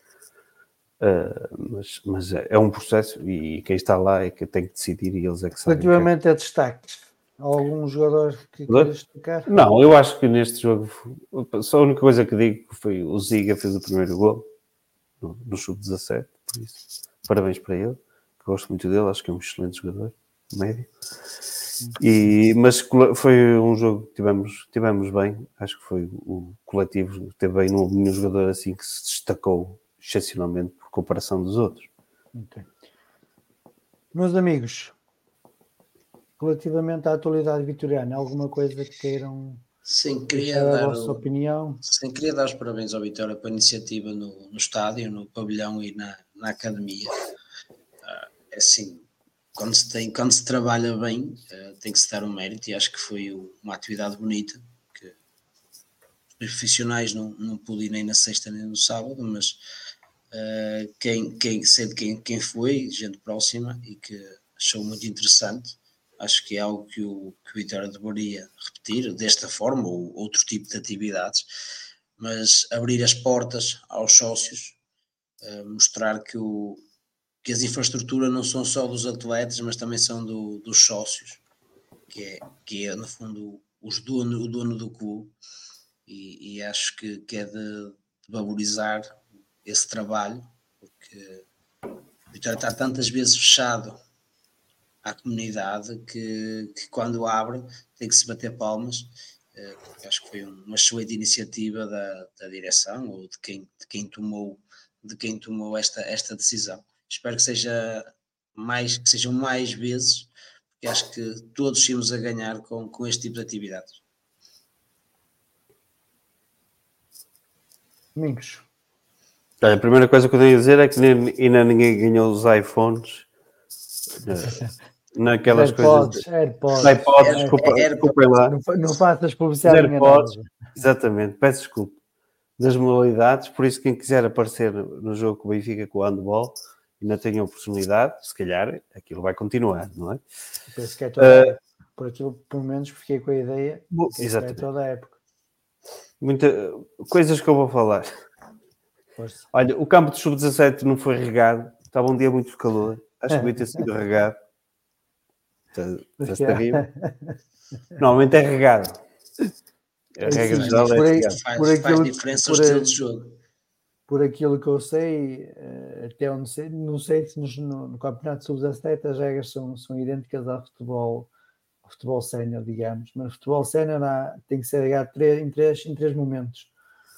Mas é um processo, e quem está lá é que tem que decidir, e eles é que sabem. Relativamente a destaques, há algum jogador que queiras destacar? Não, eu acho que neste jogo só a única coisa que digo que foi o Ziga fez o primeiro gol no Sub-17, por isso parabéns para ele, que gosto muito dele, acho que é um excelente jogador, médio. Mas foi um jogo que tivemos bem, acho que foi o coletivo, teve bem, não houve nenhum jogador assim que se destacou excepcionalmente por comparação dos outros. Okay. Meus amigos, relativamente à atualidade vitoriana, alguma coisa que queiram Sim, deixar a vossa opinião? Sim, queria dar os parabéns ao Vitória pela iniciativa no estádio, no pavilhão e na academia. É assim, quando se trabalha bem, tem que se dar um mérito, e acho que foi uma atividade bonita, que os profissionais não pude ir nem na sexta nem no sábado, mas sei de quem foi, gente próxima, e que achou muito interessante. Acho que é algo que o Vitória deveria repetir desta forma ou outro tipo de atividades, mas abrir as portas aos sócios, mostrar que as infraestruturas não são só dos atletas, mas também são dos sócios, que é no fundo o dono do clube, e acho que é de valorizar esse trabalho, porque o Vitória está tantas vezes fechado à comunidade que quando abre tem que se bater palmas, porque acho que foi uma excelente iniciativa da direção ou de quem tomou esta decisão. Espero que sejam mais vezes, porque acho que todos temos a ganhar com este tipo de atividades. Domingos. A primeira coisa que eu tenho a dizer é que ainda ninguém ganhou os iPhones naquelas AirPods, coisas. AirPods. Desculpem lá. Não faças publicidade enganosa. Exatamente, peço desculpa. Das modalidades, por isso quem quiser aparecer no jogo com o Benfica com o handball ainda tem a oportunidade, se calhar aquilo vai continuar, não é? Penso que é toda a época. Por aquilo, pelo menos, fiquei com a ideia que é toda a época. Coisas que eu vou falar. Força. Olha, o campo de sub-17 não foi regado, estava um dia muito calor, acho que devia ter sido regado. Estás terrível. Normalmente é regado. A regra geral é regado. Faz diferença o estilo de jogo. Por aquilo que eu sei, até onde sei, não sei se no campeonato sub-17 as regras são idênticas ao futebol sénior, digamos, mas o futebol sénior tem que ser regado em três momentos.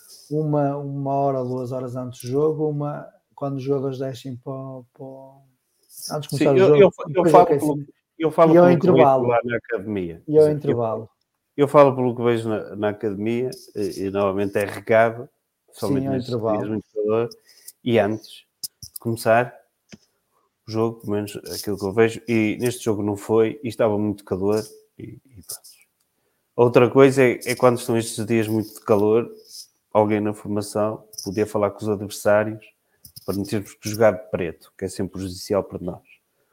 Uma hora ou 2 horas antes do jogo, quando os jogadores deixem antes de começar o jogo. Eu falo pelo que vejo lá na academia. E ao intervalo. Eu falo pelo que vejo na academia e normalmente é regado, somente nestes dias muito calor, e antes de começar o jogo, pelo menos aquilo que eu vejo, e neste jogo não foi, e estava muito calor, e pronto. Outra coisa é quando estão estes dias muito de calor, alguém na formação podia falar com os adversários para não termos que jogar de preto, que é sempre prejudicial para nós.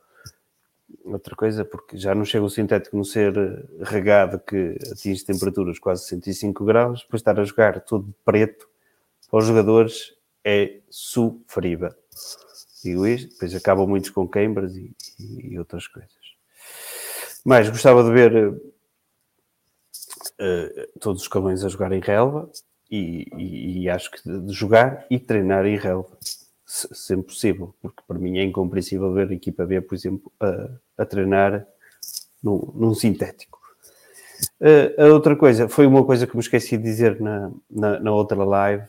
Outra coisa, porque já não chega o sintético não ser regado, que atinge temperaturas quase 105 graus, depois estar a jogar todo de preto para os jogadores é sofrível. Digo isto, depois acabam muitos com queimbras e outras coisas. Mas gostava de ver todos os calões a jogar em relva e acho que de jogar e treinar em relva, sempre possível, porque para mim é incompreensível ver a equipa B, por exemplo, a treinar num sintético. A outra coisa, foi uma coisa que me esqueci de dizer na outra live,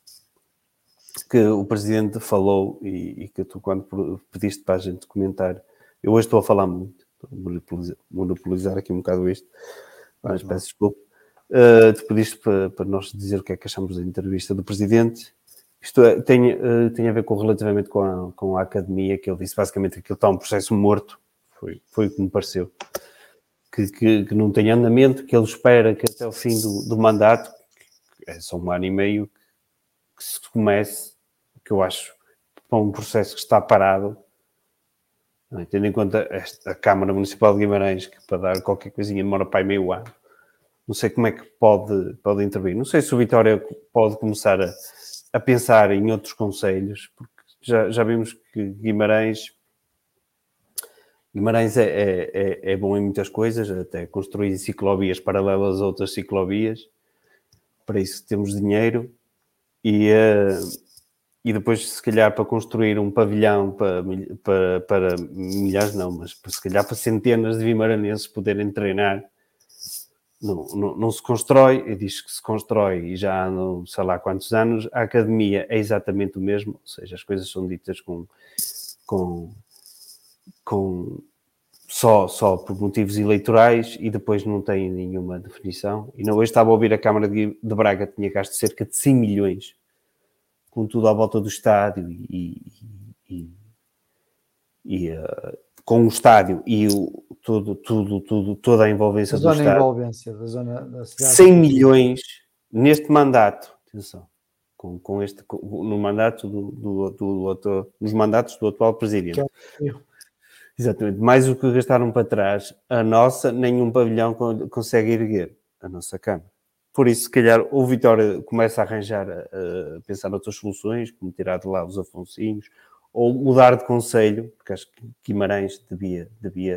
que o presidente falou e que tu, quando pediste para a gente comentar, eu hoje estou a falar muito, estou a monopolizar aqui um bocado isto, mas peço desculpa. Tu pediste para nós dizer o que é que achamos da entrevista do presidente. Isto tem a ver relativamente com a academia, que ele disse basicamente que aquilo está um processo morto, foi o que me pareceu, que não tem andamento, que ele espera que até o fim do mandato, que é só 1 ano e meio, que se comece, que eu acho, para um processo que está parado, tendo em conta a Câmara Municipal de Guimarães, que para dar qualquer coisinha demora para aí meio ano. Não sei como é que pode intervir. Não sei se o Vitória pode começar a pensar em outros concelhos, porque já vimos que Guimarães é bom em muitas coisas, até construir ciclovias paralelas a outras ciclovias. Para isso temos dinheiro e depois, se calhar, para construir um pavilhão para milhares, não, mas se calhar para centenas de vimaranenses poderem treinar, não se constrói. Diz que se constrói e já há não sei lá quantos anos. A academia é exatamente o mesmo, ou seja, as coisas são ditas com só por motivos eleitorais e depois não tem nenhuma definição. E não, hoje estava a ouvir a Câmara de Braga, tinha gasto cerca de 100 milhões com tudo à volta do estádio com o estádio e toda a envolvência do estádio. Envolvência da zona da cidade. 100 milhões neste mandato, atenção, no mandato nos mandatos do atual presidente. Exatamente, mais o que gastaram para trás, nenhum pavilhão consegue erguer, a nossa Câmara. Por isso, se calhar, o Vitória começa a arranjar, a pensar noutras soluções, como tirar de lá os Afonsinhos, ou mudar de conselho, porque acho que Guimarães devia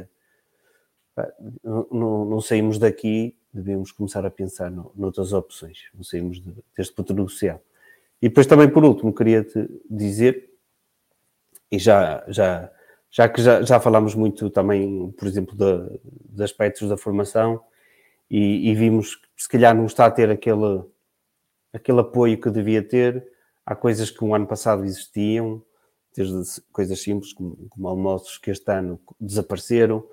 não saímos daqui, devemos começar a pensar noutras opções, não saímos deste ponto negocial. E depois também, por último, queria-te dizer, e já que já falámos muito também, por exemplo, de aspectos da formação, e vimos que se calhar não está a ter aquele apoio que devia ter. Há coisas que no ano passado existiam, desde coisas simples como almoços que este ano desapareceram.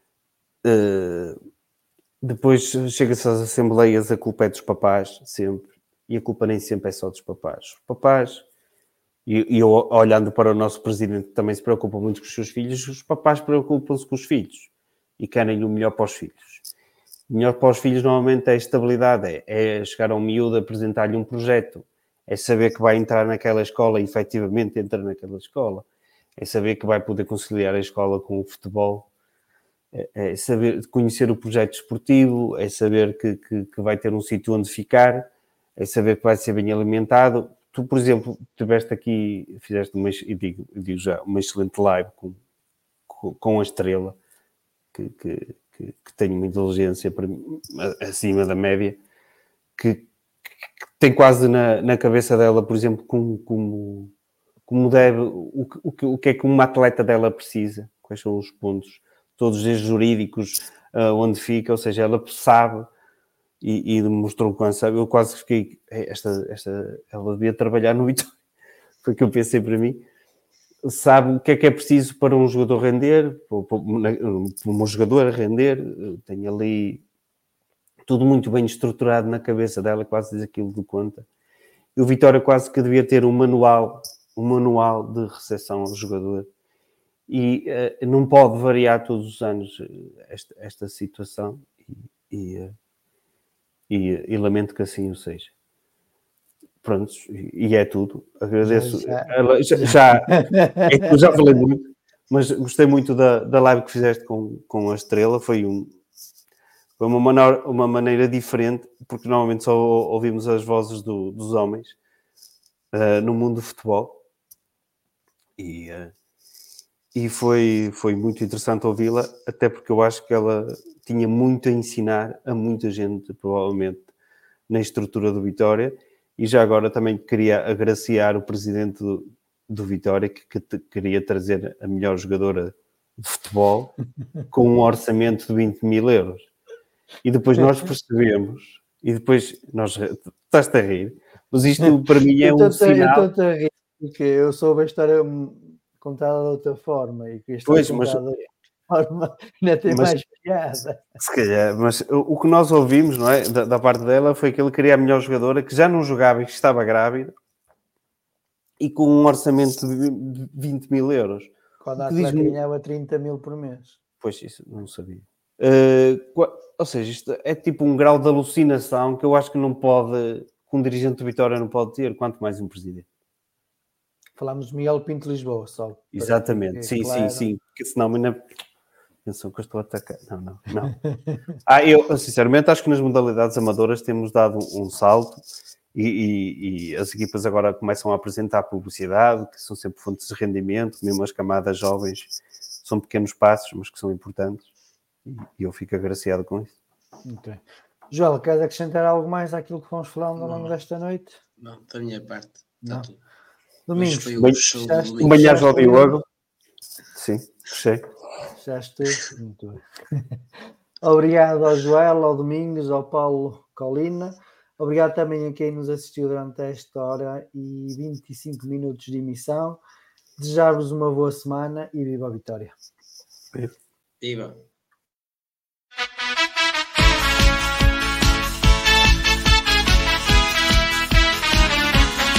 Depois chega-se às assembleias, a culpa é dos papás, sempre, e a culpa nem sempre é só dos papás. Os papás, e eu olhando para o nosso presidente, que também se preocupa muito com os seus filhos, os papás preocupam-se com os filhos e querem o melhor para os filhos. O melhor para os filhos normalmente é a estabilidade, é chegar ao miúdo, apresentar-lhe um projeto, é saber que vai entrar naquela escola e efetivamente entra naquela escola, é saber que vai poder conciliar a escola com o futebol, é saber conhecer o projeto esportivo, é saber que vai ter um sítio onde ficar, é saber que vai ser bem alimentado. Tu, por exemplo, tiveste aqui, fizeste digo já, uma excelente live com a Estrela, que tem uma inteligência acima da média, que tem quase na cabeça dela, por exemplo, como deve, o que é que uma atleta dela precisa, quais são os pontos, todos os jurídicos, onde fica, ou seja, ela sabe e demonstrou quando sabe. Eu quase fiquei, ela devia trabalhar no Vitória, foi o que eu pensei para mim. Sabe o que é preciso para um jogador render, para um jogador render, tem ali tudo muito bem estruturado na cabeça dela, quase diz aquilo de conta. E o Vitória quase que devia ter um manual de recepção ao jogador. E não pode variar todos os anos esta situação e lamento que assim o seja. Prontos, e é tudo. Agradeço. Eu já falei muito, mas gostei muito da live que fizeste com a Estrela. Foi uma maneira diferente, porque normalmente só ouvimos as vozes dos homens no mundo do futebol. E foi muito interessante ouvi-la, até porque eu acho que ela tinha muito a ensinar a muita gente, provavelmente, na estrutura do Vitória. E já agora também queria agraciar o presidente do Vitória, que queria trazer a melhor jogadora de futebol com um orçamento de 20 mil euros. E depois nós percebemos, estás-te a rir, mas isto para mim é um sinal... Eu estou a rir, porque eu soube a história contada de outra forma, e que isto é contada de forma ainda tem mais piada. Se calhar, mas o que nós ouvimos, não é, da parte dela, foi que ele queria a melhor jogadora, que já não jogava e que estava grávida, e com um orçamento de 20 mil euros. Quando a atleta ganhava 30 mil por mês. Pois, isso não sabia. Ou seja, isto é tipo um grau de alucinação que eu acho que um dirigente de Vitória não pode ter, quanto mais um presidente. Falámos de Miguel Pinto Lisboa, só. Exatamente, sim, claro. Sim, porque senão ainda pensam que eu estou a atacar. Não. Eu sinceramente acho que nas modalidades amadoras temos dado um salto e as equipas agora começam a apresentar publicidade, que são sempre fontes de rendimento, mesmo as camadas jovens são pequenos passos, mas que são importantes, e eu fico agraciado com isso. Okay. Joel, queres acrescentar algo mais àquilo que fomos falando ao longo desta noite? Não, da minha parte, está tudo. Domingos, um banhar ao Diogo. Sim, fechei. Fechaste tudo? Muito bem. Obrigado ao Joel, ao Domingos, ao Paulo Colina. Obrigado também a quem nos assistiu durante esta hora e 25 minutos de emissão. Desejar-vos uma boa semana e viva a Vitória. Viva!